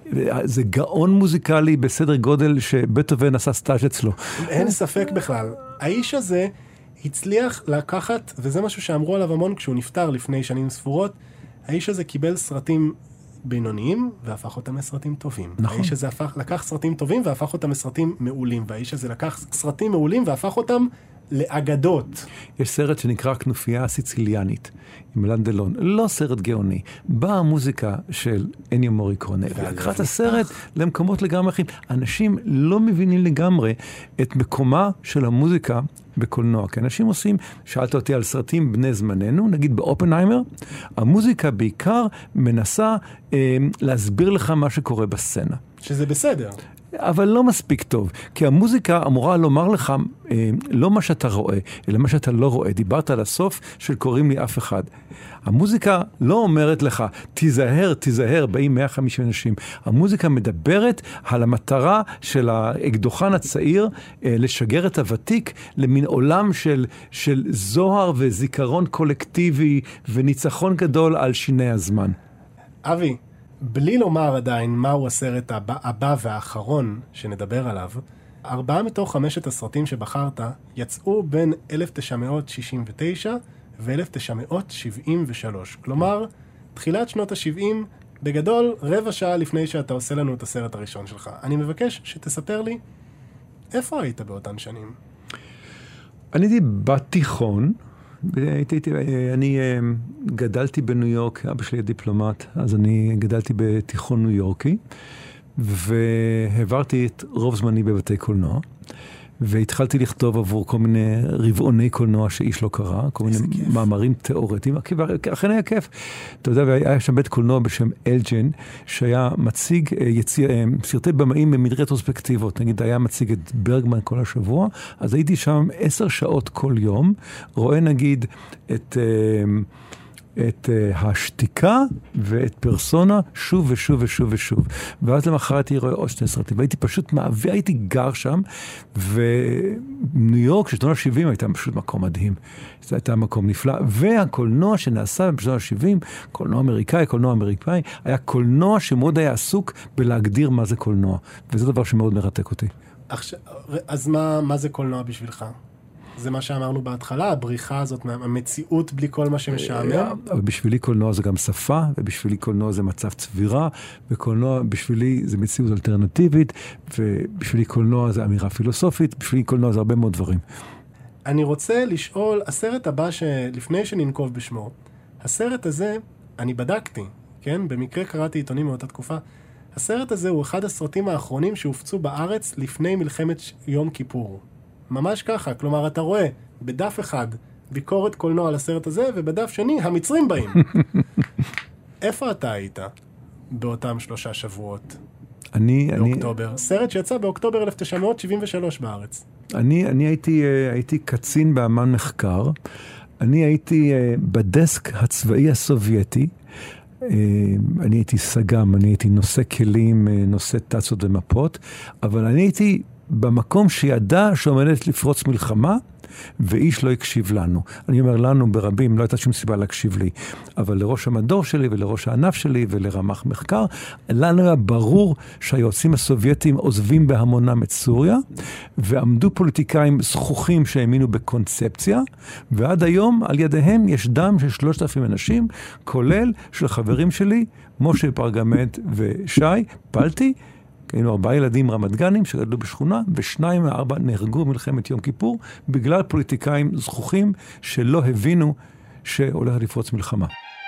D: זה גאון מוזיקלי בסדר גודל שבטהובן עשה סטאז' אצלו.
C: אין ספק בכלל. האיש הזה הצליח לקחת, וזה משהו שאמרו עליו המון כשהוא נפטר לפני שנים ספורות, האיש הזה קיבל סרטים בינוניים, והפך אותם לסרטים טובים.
D: נכון.
C: האיש הזה הפך, לקח סרטים טובים, והפך אותם לסרטים מעולים. והאיש הזה לקח סרטים מעולים, והפך אותם לאגדות.
D: יש סרט שנקרא כנופיה הסיציליאנית, עם אלן דלון. לא סרט גאוני. באה המוזיקה של אניו מוריקונה, ולקחה את הסרט למקומות לגמרי אחרים. אנשים לא מבינים לגמרי את מקומה של המוזיקה בקולנוע. כי אנשים עושים, שאלת אותי על סרטים בני זמננו, נגיד באופנהיימר, המוזיקה בעיקר מנסה אה, להסביר לך מה שקורה בסצנה.
C: שזה בסדר.
D: אבל לא מספיק טוב, כי המוזיקה אמורה לומר לך אה, לא מה שאתה רואה, אלא מה שאתה לא רואה. דיברת על הסוף של קוראים לי אף אחד. המוזיקה לא אומרת לך, תיזהר, תיזהר, באים מאה וחמישים אנשים. המוזיקה מדברת על המטרה של האקדוחן הצעיר, אה, לשגר את הוותיק למין עולם של, של זוהר וזיכרון קולקטיבי וניצחון גדול על שיני הזמן.
C: אבי, בלי לומר עדיין מהו הסרט הבא, הבא והאחרון שנדבר עליו, ארבעה מתוך חמשת הסרטים שבחרת יצאו בין אלף תשע מאות שישים ותשע ו-אלף תשע מאות שבעים ושלוש. כלומר, תחילת שנות ה-שבעים, בגדול, רבע שעה לפני שאתה עושה לנו את הסרט הראשון שלך. אני מבקש שתספר לי, איפה היית באותן שנים?
D: אני הייתי בתיכון, הייתי, הייתי, אני גדלתי בניו יורק, אבא שלי דיפלומט, אז אני גדלתי בתיכון ניו יורקי, והעברתי את רוב זמני בבתי קולנוע, והתחלתי לכתוב עבור כל מיני רבעוני קולנוע שאיש לא קרא, כל מיני כיף. מאמרים תיאורטיים, אכן היה כיף. אתה יודע, היה שם בית קולנוע בשם אלג'ן, שהיה מציג יציר, סרטי במאים במדרטרוספקטיבות, נגיד היה מציג את ברגמן כל השבוע, אז הייתי שם עשר שעות כל יום, רואה נגיד את... את uh, השתיקה ואת פרסונה שוב ושוב ושוב ושוב. ואז למחרת היא רואה עוד שני סרטים. והייתי פשוט מעביר, הייתי גר שם, וניו יורק, ששנות ה-שבעים, הייתה פשוט מקום מדהים. זה הייתה מקום נפלא. והקולנוע שנעשה בשנות ה-שבעים, קולנוע אמריקאי, קולנוע אמריקאי, היה קולנוע שמאוד היה עסוק בלהגדיר מה זה קולנוע. וזה דבר שמאוד מרתק אותי.
C: עכשיו, אז מה, מה זה קולנוע בשבילך? זה מה שאמרנו בהתחלה, הבריחה הזאת, המציאות בלי כל מה שמשעמם.
D: אבל בשבילי קולנוע זה גם שפה, ובשבילי קולנוע זה מצב צבירה, וקולנוע בשבילי זה מציאות אלטרנטיבית, ובשבילי קולנוע זה אמירה פילוסופית, בשבילי קולנוע זה הרבה מאוד דברים.
C: אני רוצה לשאול, הסרט הבא שלפני שננקוב בשמו, הסרט הזה, אני בדקתי, כן? במקרה קראתי עיתונים מאותה תקופה, הסרט הזה הוא אחד הסרטים האחרונים שהופצו בארץ לפני מלחמת יום כיפור. ממש ככה, כלומר, אתה רואה בדף אחד ביקורת קולנוע על הסרט הזה, ובדף שני, המצרים באים. איפה אתה היית באותם שלושה שבועות?
D: אני...
C: באוקטובר.
D: אני...
C: סרט שיצא באוקטובר אלף תשע מאות שבעים ושלוש בארץ.
D: אני, אני הייתי, הייתי קצין באמן מחקר. אני הייתי בדסק הצבאי הסובייטי. אני הייתי סגם, אני הייתי נושא כלים, נושא טצות ומפות, אבל אני הייתי... במקום שידע שעומדת לפרוץ מלחמה, ואיש לא הקשיב לנו. אני אומר לנו ברבים, לא הייתה שום סיבה להקשיב לי, אבל לראש המדור שלי ולראש הענף שלי ולרמ"ח מחקר, לנו היה ברור שהיועצים הסובייטים עוזבים בהמונם את סוריה, ועמדו פוליטיקאים זכוכים שהאמינו בקונספציה, ועד היום על ידיהם יש דם של שלושת אלפים אנשים, כולל של חברים שלי, משה פרגמנט ושי פלטי, היינו ארבעה ילדים רמת גנים שגדלו בשכונה, ושניים מארבע נהרגו במלחמת יום כיפור, בגלל פוליטיקאים זכוכים שלא הבינו שהולך לפרוץ מלחמה.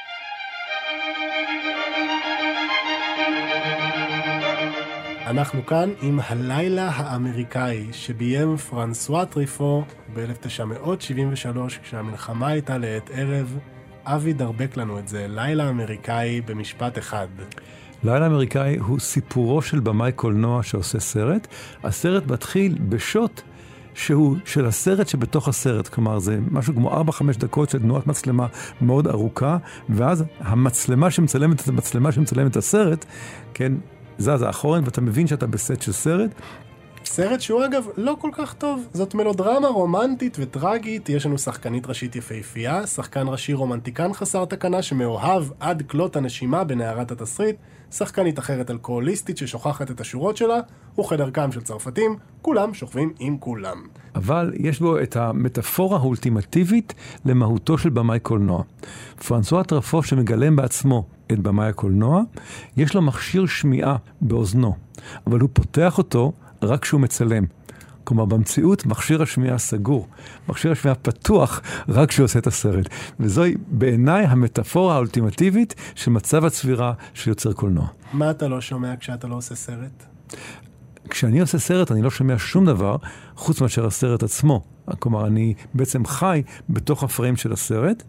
C: אנחנו כאן עם הלילה האמריקאי שביים פרנסואה טריפו ב-אלף תשע מאות שבעים ושלוש, כשהמלחמה הייתה לעת ערב. אבי דרבק לנו את זה, לילה אמריקאי במשפט אחד.
D: לילה אמריקאי הוא סיפורו של במאי קולנוע שעושה סרט. הסרט מתחיל בשוט שהוא של הסרט שבתוך הסרט, כלומר זה משהו כמו ארבע חמש דקות של תנועת מצלמה מאוד ארוכה, ואז המצלמה שמצלמת את המצלמה שמצלמת את הסרט, כן, זז האחורן, ואתה מבין שאתה בסט של סרט.
C: סרט שהוא אגב לא כל כך טוב, זאת מלודרמה רומנטית וטרגית, יש לנו שחקנית ראשית יפהפייה, שחקן ראשי רומנטיקן חסר תקנה שמאוהב עד כלות הנשימה בנערת התסריט, שחקנית אחרת אלכוהוליסטית ששוכחת את השורות שלה, וכדרכם של צרפתים, כולם שוכבים עם כולם.
D: אבל יש בו את המטאפורה האולטימטיבית למהותו של במאי קולנוע. פרנסואה טריפו שמגלם בעצמו את במאי הקולנוע, יש לו מכשיר שמיעה באוזנו, אבל הוא פותח אותו רק כשהוא מצלם. כלומר, במציאות מכשיר השמיעה סגור. מכשיר השמיעה פתוח רק כשהוא עושה את הסרט. וזוהי בעיניי המטאפורה האולטימטיבית של מצב הצבירה של יוצר קולנוע.
C: מה אתה לא שומע כשאתה לא עושה סרט?
D: כשאני עושה סרט אני לא שומע שום דבר חוץ מאשר הסרט עצמו. כלומר, אני בעצם חי בתוך הפריים של הסרט.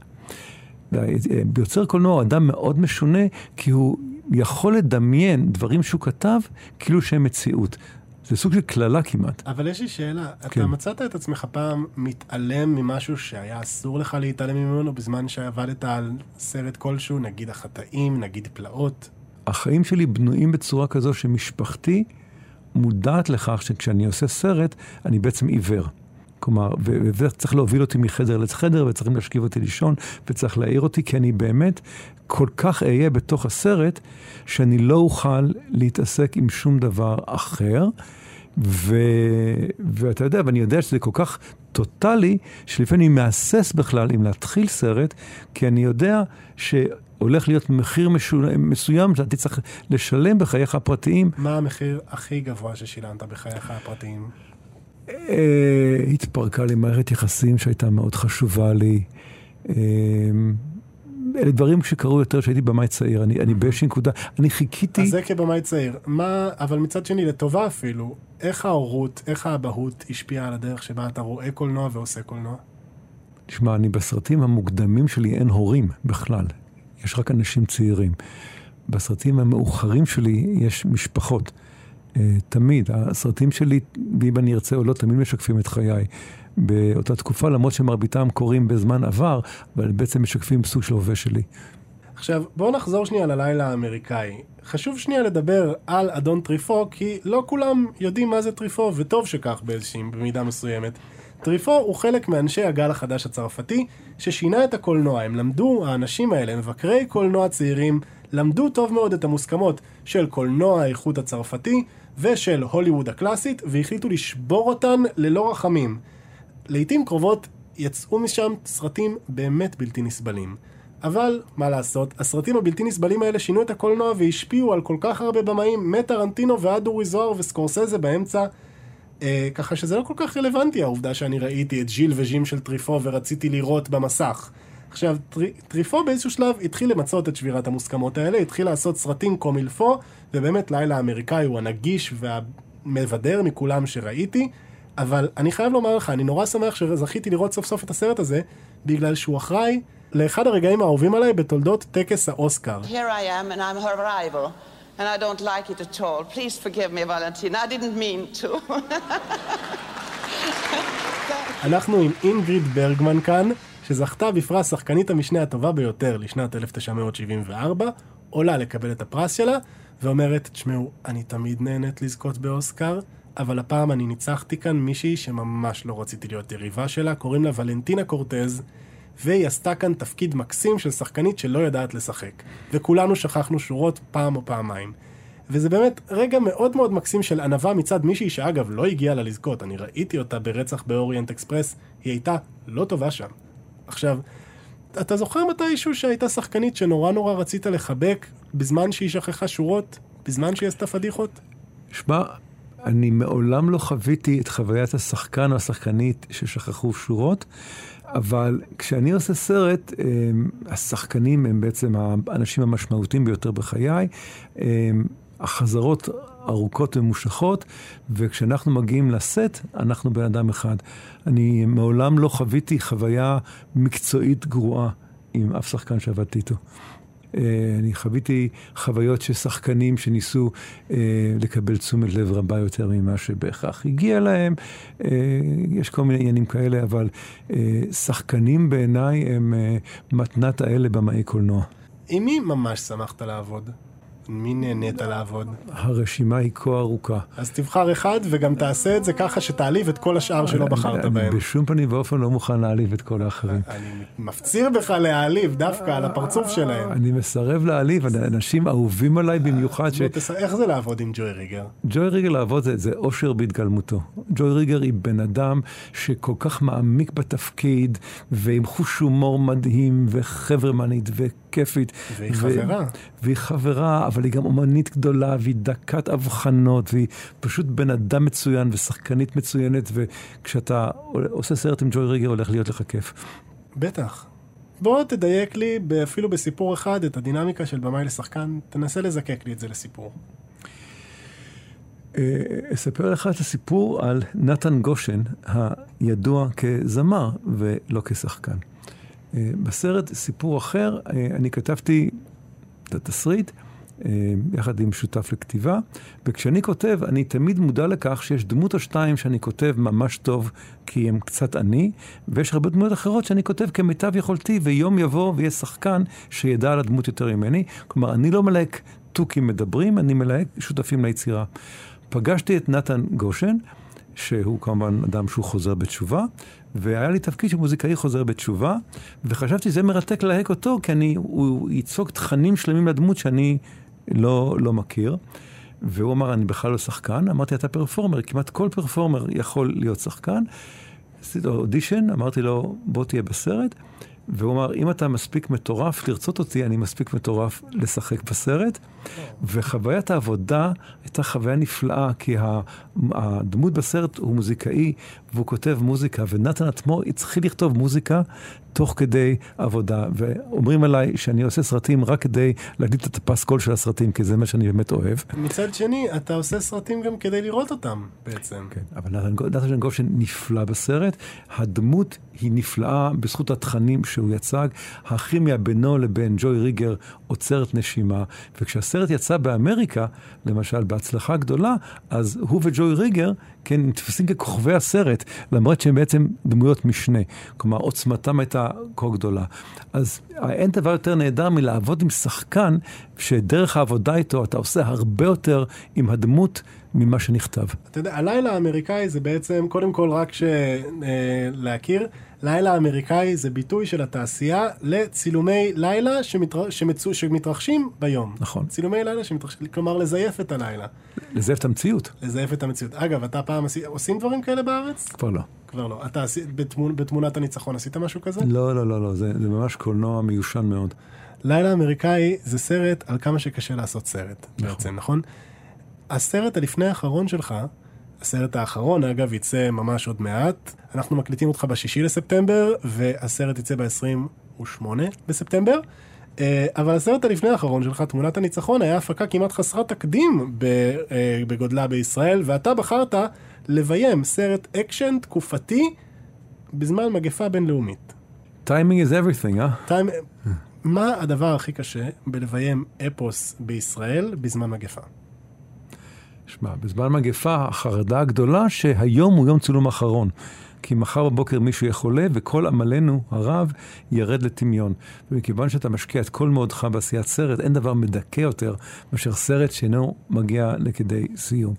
D: יוצר קולנוע הוא אדם מאוד משונה, כי הוא יכול לדמיין דברים שהוא כתב כאילו שהם מציאות. זה סוג של כללה כמעט.
C: אבל יש לי שאלה,
D: כן.
C: אתה מצאת את עצמך פעם מתעלם ממשהו שהיה אסור לך להתעלם ממנו בזמן שעבדת על סרט כלשהו, נגיד החטאים, נגיד פלאות?
D: החיים שלי בנויים בצורה כזו שמשפחתי מודעת לכך שכשאני עושה סרט, אני בעצם עיוור. כלומר, וצריך להוביל אותי מחדר לחדר, וצריכים להשכיב אותי לישון, וצריך להעיר אותי, כי אני באמת כל כך אהיה בתוך הסרט, שאני לא אוכל להתעסק עם שום דבר אחר, ו... ואתה יודע, ואני יודע שזה כל כך טוטלי, שלפעמים אני מאסס בכלל אם להתחיל סרט, כי אני יודע שהולך להיות מחיר מסוים שאתה צריך לשלם בחייך הפרטיים.
C: מה המחיר הכי גבוה ששילמת בחייך הפרטיים?
D: התפרקה לי מערכת יחסים שהייתה מאוד חשובה לי. אלה דברים שקרו יותר שהייתי במאי צעיר, אני, אני באיזושהי נקודה, אני חיכיתי...
C: אז זה כבמאי צעיר. מה, אבל מצד שני, לטובה אפילו, איך ההורות, איך האבהות השפיעה על הדרך שבה אתה רואה קולנוע ועושה קולנוע?
D: תשמע, אני בסרטים המוקדמים שלי אין הורים בכלל. יש רק אנשים צעירים. בסרטים המאוחרים שלי יש משפחות. תמיד, הסרטים שלי, ואם אני ארצה או לא, תמיד משקפים את חיי. באותה תקופה, למרות שמרביתם קורים בזמן עבר, אבל בעצם משקפים סוג של הווה שלי.
C: עכשיו, בואו נחזור שנייה ללילה האמריקאי. חשוב שנייה לדבר על אדון טריפו, כי לא כולם יודעים מה זה טריפו, וטוב שכך באיזושהי, במידה מסוימת. טריפו הוא חלק מאנשי הגל החדש הצרפתי, ששינה את הקולנוע. הם למדו, האנשים האלה, מבקרי קולנוע צעירים, למדו טוב מאוד את המוסכמות של קולנוע האיכות הצרפתי, ושל הוליווד הקלאסית, והחליטו לשבור אותן ללא רחמים. לעתים קרובות יצאו משם סרטים באמת בלתי נסבלים. אבל, מה לעשות, הסרטים הבלתי נסבלים האלה שינו את הקולנוע והשפיעו על כל כך הרבה במאים, מטרנטינו ועד אורי זוהר וסקורסזה באמצע, אה, ככה שזה לא כל כך רלוונטי העובדה שאני ראיתי את ז'יל וז'ים של טריפו ורציתי לראות במסך. עכשיו, טרי, טריפו באיזשהו שלב התחיל למצות את שבירת המוסכמות האלה, התחיל לעשות סרטים קומילפו, ובאמת לילה האמריקאי הוא הנגיש והמבדר מכולם שראיתי, אבל אני חייב לומר לך, אני נורא שמח שזכיתי לראות סוף סוף את הסרט הזה, בגלל שהוא אחראי לאחד הרגעים האהובים עליי בתולדות טקס האוסקר.
I: Here I am and I'm her rival, and I don't like it at all. Please forgive me, Valentina, I didn't mean to.
C: אנחנו עם אינגריד ברגמן כאן, שזכתה בפרס שחקנית המשנה הטובה ביותר לשנת אלף תשע מאות שבעים וארבע, עולה לקבל את הפרס שלה, ואומרת, תשמעו, אני תמיד נהנית לזכות באוסקר, אבל הפעם אני ניצחתי כאן מישהי שממש לא רציתי להיות יריבה שלה, קוראים לה ולנטינה קורטז, והיא עשתה כאן תפקיד מקסים של שחקנית שלא יודעת לשחק. וכולנו שכחנו שורות פעם או פעמיים. וזה באמת רגע מאוד מאוד מקסים של ענווה מצד מישהי שאגב לא הגיעה לה לזכות. אני ראיתי אותה ברצח באוריינט אקספרס, היא הייתה לא טובה שם. עכשיו, אתה זוכר מתישהו שהייתה שחקנית שנורא נורא רצית לחבק בזמן שהיא שכחה שורות? בזמן שהיא עשתה פדיחות?
D: שמע, אני מעולם לא חוויתי את חוויית השחקן או השחקנית ששכחו שורות, אבל כשאני עושה סרט, השחקנים הם בעצם האנשים המשמעותיים ביותר בחיי, החזרות ארוכות ומושכות, וכשאנחנו מגיעים לסט, אנחנו בן אדם אחד. אני מעולם לא חוויתי חוויה מקצועית גרועה עם אף שחקן שעבדתי איתו. אני חוויתי חוויות של שחקנים שניסו לקבל תשומת לב רבה יותר ממה שבהכרח הגיע להם. יש כל מיני עניינים כאלה, אבל שחקנים בעיניי הם מתנת האלה במאי קולנוע.
C: עם מי ממש שמחת לעבוד? מי נהנית לעבוד?
D: הרשימה היא כה ארוכה.
C: אז תבחר אחד וגם תעשה את זה ככה שתעליב את כל השאר שלא בחרת בהם.
D: בשום פנים ואופן לא מוכן להעליב את כל האחרים.
C: אני מפציר בך להעליב דווקא על הפרצוף שלהם.
D: אני מסרב להעליב, אנשים אהובים עליי במיוחד.
C: איך זה לעבוד עם ג'וי ריגר?
D: ג'וי ריגר לעבוד זה אושר בהתגלמותו. ג'וי ריגר היא בן אדם שכל כך מעמיק בתפקיד, ועם חוש הומור מדהים, וחברמנית, וכיפית.
C: והיא חברה.
D: והיא חברה, אבל היא גם אומנית גדולה, והיא דקת הבחנות, והיא פשוט בן אדם מצוין, ושחקנית מצוינת, וכשאתה עושה סרט עם ג'וי ריגר, הולך להיות לך כיף.
C: בטח. בוא תדייק לי, אפילו בסיפור אחד, את הדינמיקה של במאי לשחקן, תנסה לזקק לי את זה לסיפור.
D: אספר לך את הסיפור על נתן גושן, הידוע כזמר ולא כשחקן. בסרט סיפור אחר, אני כתבתי את התסריט, יחד עם שותף לכתיבה, וכשאני כותב, אני תמיד מודע לכך שיש דמות או שתיים שאני כותב ממש טוב, כי הם קצת אני, ויש הרבה דמות אחרות שאני כותב כמיטב יכולתי, ויום יבוא ויהיה שחקן שידע על הדמות יותר ממני. כלומר, אני לא מלהק טוקים מדברים, אני מלהק שותפים ליצירה. פגשתי את נתן גושן, שהוא כמובן אדם שהוא חוזר בתשובה, והיה לי תפקיד שמוזיקאי חוזר בתשובה, וחשבתי זה מרתק להק אותו, כי אני, הוא ייצוג תכנים שלמים לדמות שאני לא, לא מכיר, והוא אמר, אני בכלל לא שחקן, אמרתי, אתה פרפורמר, כמעט כל פרפורמר יכול להיות שחקן, עשיתי לו אודישן, אמרתי לו, בוא תהיה בסרט, והוא אמר, אם אתה מספיק מטורף לרצות אותי, אני מספיק מטורף לשחק בסרט. וחוויית העבודה הייתה חוויה נפלאה, כי הדמות בסרט הוא מוזיקאי, והוא כותב מוזיקה, ונתן עצמו התחיל לכתוב מוזיקה תוך כדי עבודה, ואומרים עליי שאני עושה סרטים רק כדי להגדיל את הפסקול של הסרטים, כי זה מה שאני באמת אוהב.
C: מצד שני, אתה עושה סרטים גם כדי לראות אותם בעצם.
D: כן, אבל נתן גושן נפלא בסרט, הדמות היא נפלאה בזכות התכנים שהוא יצג, הכימיה בינו לבין ג'וי ריגר עוצרת נשימה, וכשהסרט יצא באמריקה, למשל בהצלחה גדולה, אז הוא וג'וי ריגר, כן, נתפסים ככוכבי הסרט, למרות שהם בעצם דמויות משנה, כלומר עוצמתם הייתה כה גדולה. אז אין דבר יותר נהדר מלעבוד עם שחקן, שדרך העבודה איתו אתה עושה הרבה יותר עם הדמות ממה שנכתב.
C: אתה יודע, הלילה האמריקאי זה בעצם, קודם כל רק ש... להכיר, לילה האמריקאי זה ביטוי של התעשייה לצילומי לילה שמתר... שמצו... שמתרחשים ביום.
D: נכון.
C: צילומי לילה שמתרחשים, כלומר לזייף את הלילה.
D: לזייף את המציאות.
C: לזייף את המציאות. אגב, אתה פעם עשי... עושים דברים כאלה בארץ?
D: כבר לא.
C: כבר לא. אתה עשי... בתמונ... בתמונת הניצחון עשית משהו כזה?
D: לא, לא, לא, לא. זה, זה ממש קולנוע מיושן מאוד.
C: לילה האמריקאי זה סרט על כמה שקשה לעשות סרט.
D: נכון.
C: בעצם, נכון? הסרט הלפני האחרון שלך, הסרט האחרון, אגב, יצא ממש עוד מעט. אנחנו מקליטים אותך בשישי לספטמבר, והסרט יצא ב-עשרים ושמונה בספטמבר. אבל הסרט הלפני האחרון שלך, תמונת הניצחון, היה הפקה כמעט חסרת תקדים בגודלה בישראל, ואתה בחרת לביים סרט אקשן תקופתי בזמן מגפה בינלאומית.
D: Timing is everything, אה?
C: Time... מה הדבר הכי קשה בלביים אפוס בישראל בזמן מגפה?
D: שמע, בזמן מגפה, החרדה הגדולה שהיום הוא יום צילום אחרון. כי מחר בבוקר מישהו יהיה חולה, וכל עמלנו הרב ירד לטמיון. ומכיוון שאתה משקיע את כל מאודך בעשיית סרט, אין דבר מדכא יותר מאשר סרט שאינו מגיע לכדי סיום.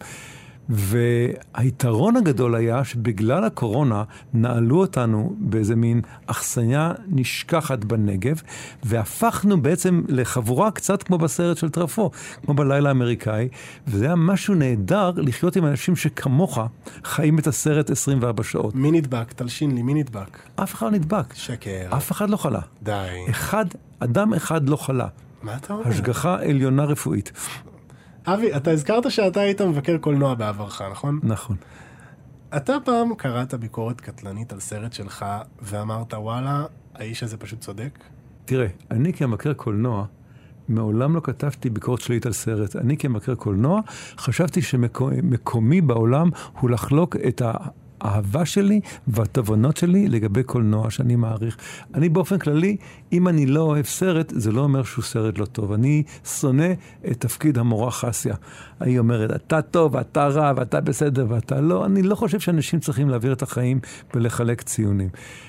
D: והיתרון הגדול היה שבגלל הקורונה נעלו אותנו באיזה מין אכסניה נשכחת בנגב, והפכנו בעצם לחבורה קצת כמו בסרט של טרפו, כמו בלילה האמריקאי, וזה היה משהו נהדר לחיות עם אנשים שכמוך חיים את הסרט עשרים וארבע שעות.
C: מי נדבק? תלשין לי, מי נדבק?
D: אף אחד לא נדבק.
C: שקר.
D: אף אחד לא חלה.
C: די.
D: אחד, אדם אחד לא חלה.
C: מה אתה אומר?
D: השגחה עליונה רפואית.
C: אבי, אתה הזכרת שאתה היית מבקר קולנוע בעברך, נכון?
D: נכון.
C: אתה פעם קראת ביקורת קטלנית על סרט שלך, ואמרת, וואלה, האיש הזה פשוט צודק?
D: תראה, אני כמבקר קולנוע, מעולם לא כתבתי ביקורת שלילית על סרט. אני כמבקר קולנוע, חשבתי שמקומי בעולם הוא לחלוק את ה... האהבה שלי והתובנות שלי לגבי קולנוע שאני מעריך. אני באופן כללי, אם אני לא אוהב סרט, זה לא אומר שהוא סרט לא טוב. אני שונא את תפקיד המורה חסיה. היא אומרת, אתה טוב, אתה רע, ואתה בסדר, ואתה לא. אני לא חושב שאנשים צריכים להעביר את החיים ולחלק ציונים.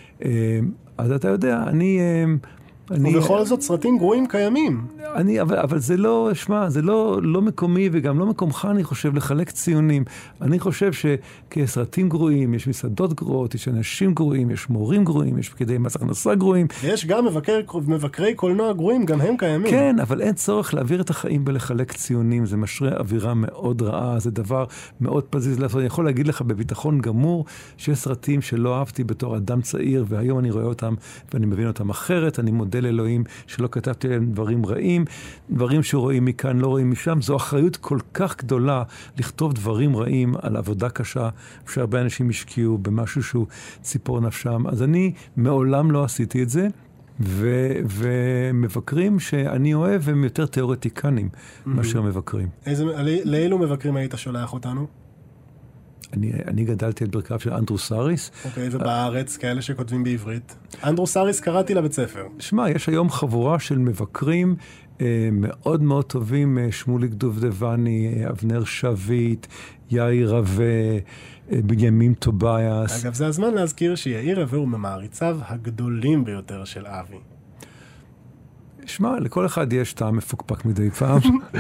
D: אז אתה יודע, אני... אני,
C: ובכל זאת סרטים גרועים קיימים.
D: אני, אבל, אבל זה לא, שמה, זה לא, לא מקומי וגם לא מקומך, אני חושב, לחלק ציונים. אני חושב שכסרטים גרועים, יש מסעדות גרועות, יש אנשים גרועים, יש מורים גרועים, יש פקידי מס הכנסה גרועים.
C: יש גם מבקר, מבקרי קולנוע גרועים, גם הם קיימים.
D: כן, אבל אין צורך להעביר את החיים בלחלק ציונים. זה משרה אווירה מאוד רעה, זה דבר מאוד פזיז לעשות. אני יכול להגיד לך בביטחון גמור, שיש סרטים שלא אהבתי בתור אדם צעיר, והיום אני רואה אותם ואני מבין אותם אחרת. אני מודה לאלוהים שלא כתבתי להם דברים רעים, דברים שרואים מכאן, לא רואים משם. זו אחריות כל כך גדולה לכתוב דברים רעים על עבודה קשה, שהרבה אנשים השקיעו במשהו שהוא ציפור נפשם. אז אני מעולם לא עשיתי את זה, ו- ומבקרים שאני אוהב הם יותר תיאורטיקנים mm-hmm. מאשר מבקרים.
C: איזה, לאילו מבקרים היית שולח אותנו?
D: אני, אני גדלתי על ברכיו של אנדרו סאריס.
C: אוקיי, ובארץ כאלה שכותבים בעברית. אנדרו סאריס קראתי לבית ספר.
D: שמע, יש היום חבורה של מבקרים אה, מאוד מאוד טובים, אה, שמוליק דובדבני, אה, אבנר שביט, יאיר רווה, אה, בנימין טובייס.
C: אגב, זה הזמן להזכיר שיאיר רווה הוא ממעריציו הגדולים ביותר של אבי.
D: שמע, לכל אחד יש טעם מפוקפק מדי פעם.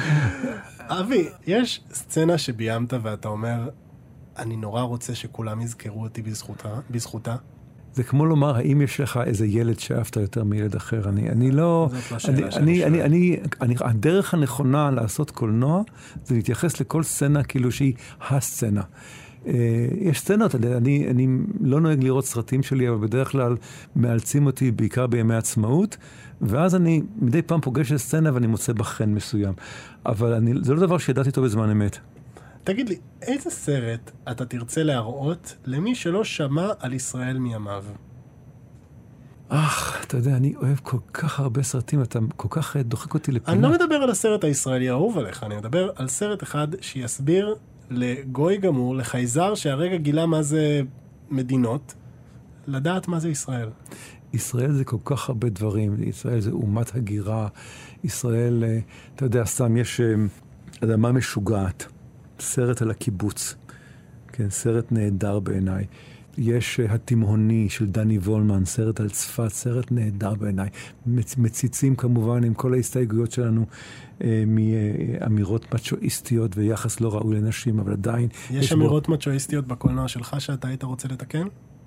C: אבי, יש סצנה שביימת ואתה אומר... אני נורא רוצה שכולם יזכרו אותי בזכותה, בזכותה.
D: זה כמו לומר, האם יש לך איזה ילד שאהבת יותר מילד אחר? אני, אני לא...
C: זאת לא שאלה שאני
D: אני, אני, אני, אני, הדרך הנכונה לעשות קולנוע, זה להתייחס לכל סצנה כאילו שהיא הסצנה. יש סצנות, אני, אני לא נוהג לראות סרטים שלי, אבל בדרך כלל מאלצים אותי בעיקר בימי עצמאות, ואז אני מדי פעם פוגש את סצנה ואני מוצא בחן מסוים. אבל אני, זה לא דבר שידעתי אותו בזמן אמת.
C: תגיד לי, איזה סרט אתה תרצה להראות למי שלא שמע על ישראל מימיו?
D: אך, אתה יודע, אני אוהב כל כך הרבה סרטים, אתה כל כך דוחק אותי לפינה.
C: אני לא מדבר על הסרט הישראלי האהוב עליך, אני מדבר על סרט אחד שיסביר לגוי גמור, לחייזר שהרגע גילה מה זה מדינות, לדעת מה זה ישראל.
D: ישראל זה כל כך הרבה דברים, ישראל זה אומת הגירה, ישראל, אתה יודע, סתם יש אדמה משוגעת, סרט על הקיבוץ, כן, סרט נהדר בעיניי. יש התימהוני של דני וולמן, סרט על צפת, סרט נהדר בעיניי. מציצים כמובן עם כל ההסתייגויות שלנו אה, מאמירות מצ'ואיסטיות ויחס לא ראוי לנשים, אבל עדיין...
C: יש, יש אמירות בו... מצ'ואיסטיות בקולנוע שלך שאתה היית רוצה לתקן?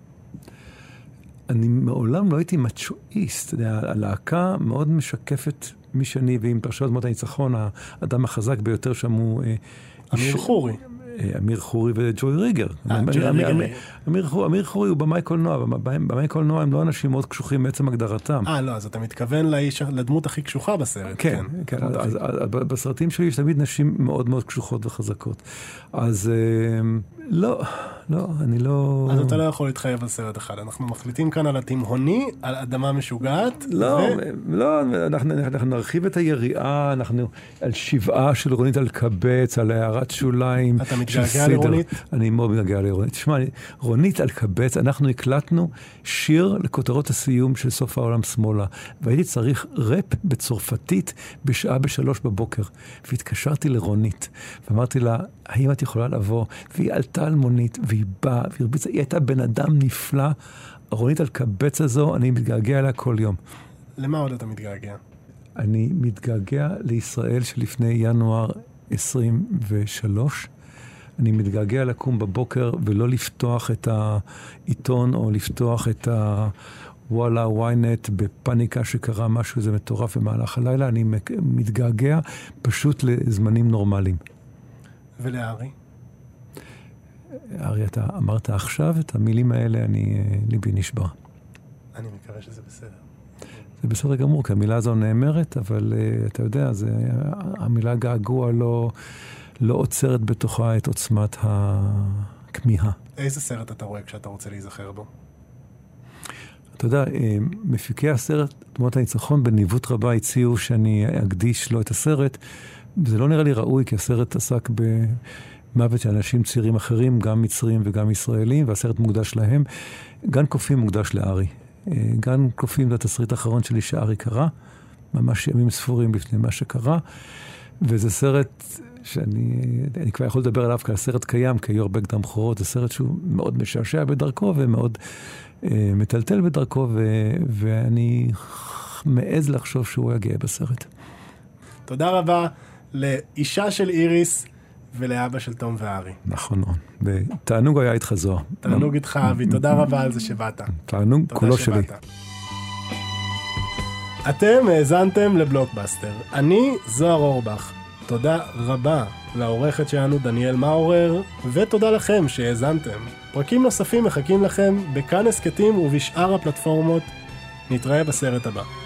D: אני מעולם לא הייתי מצ'ואיסט. הלהקה מאוד משקפת מי שאני, ועם פרשת מות הניצחון, האדם החזק ביותר שם הוא...
C: אמיר חורי.
D: אמיר חורי וג'וי ריגר. אמיר חורי הוא במאי קולנוע, במאי קולנוע הם לא אנשים מאוד קשוחים מעצם הגדרתם.
C: אה, לא, אז אתה מתכוון לדמות הכי קשוחה בסרט.
D: כן, כן. בסרטים שלי יש תמיד נשים מאוד מאוד קשוחות וחזקות. אז לא, לא, אני לא...
C: אז אתה לא יכול להתחייב על סרט אחד. אנחנו מחליטים כאן על התימהוני, על אדמה משוגעת.
D: לא, לא, אנחנו נרחיב את היריעה, אנחנו על שבעה של רונית אלקבץ, על הערת שוליים.
C: אתה מתגעגע לרונית?
D: אני מאוד מתגעגע לרונית. תשמע, רונית אלקבץ, אנחנו הקלטנו שיר לכותרות הסיום של סוף העולם שמאלה, והייתי צריך רפ בצרפתית בשעה בשלוש בבוקר, והתקשרתי לרונית, ואמרתי לה, האם את יכולה לבוא? והיא עלתה על מונית, והיא באה, והרביצה, היא הייתה בן אדם נפלא. רונית אלקבץ הזו, אני מתגעגע אליה כל יום.
C: למה עוד אתה מתגעגע?
D: אני מתגעגע לישראל שלפני ינואר עשרים ושלוש. אני מתגעגע לקום בבוקר ולא לפתוח את העיתון או לפתוח את הוואלה, וויינט בפניקה שקרה משהו, זה מטורף במהלך הלילה. אני מתגעגע פשוט לזמנים נורמליים.
C: ולארי?
D: ארי, אתה אמרת עכשיו את המילים האלה, אני, ליבי נשבר.
C: אני מקווה שזה בסדר.
D: זה בסדר גמור, כי המילה הזו נאמרת, אבל uh, אתה יודע, זה, המילה געגוע לא, לא עוצרת בתוכה את עוצמת הכמיהה.
C: איזה סרט אתה רואה כשאתה רוצה להיזכר בו?
D: אתה יודע, מפיקי הסרט, תמונות הניצחון, בניווט רבה הציעו שאני אקדיש לו את הסרט, וזה לא נראה לי ראוי, כי הסרט עסק במוות של אנשים צעירים אחרים, גם מצרים וגם ישראלים, והסרט מוקדש להם. גן קופים מוקדש לארי. גן קופים זה התסריט האחרון שלי שארי קרא, ממש ימים ספורים לפני מה שקרה, וזה סרט שאני אני כבר יכול לדבר עליו, כי הסרט קיים, כי היו הרבה קדם חורות, זה סרט שהוא מאוד משעשע בדרכו, ומאוד אה, מטלטל בדרכו, ו, ואני מעז לחשוב שהוא יגיע בסרט.
C: תודה רבה לאישה של איריס, ולאבא של תום וארי.
D: נכון, נכון. ותענוג היה איתך זוהר.
C: תענוג איתך, אבי. תודה רבה על זה שבאת.
D: תענוג כולו שלי.
C: אתם האזנתם לבלוקבאסטר. אני זוהר אורבך. תודה רבה לעורכת שלנו דניאל מאורר, ותודה לכם שהאזנתם. פרקים נוספים מחכים לכם בכאן הסקטים ובשאר הפלטפורמות. נתראה בסרט הבא.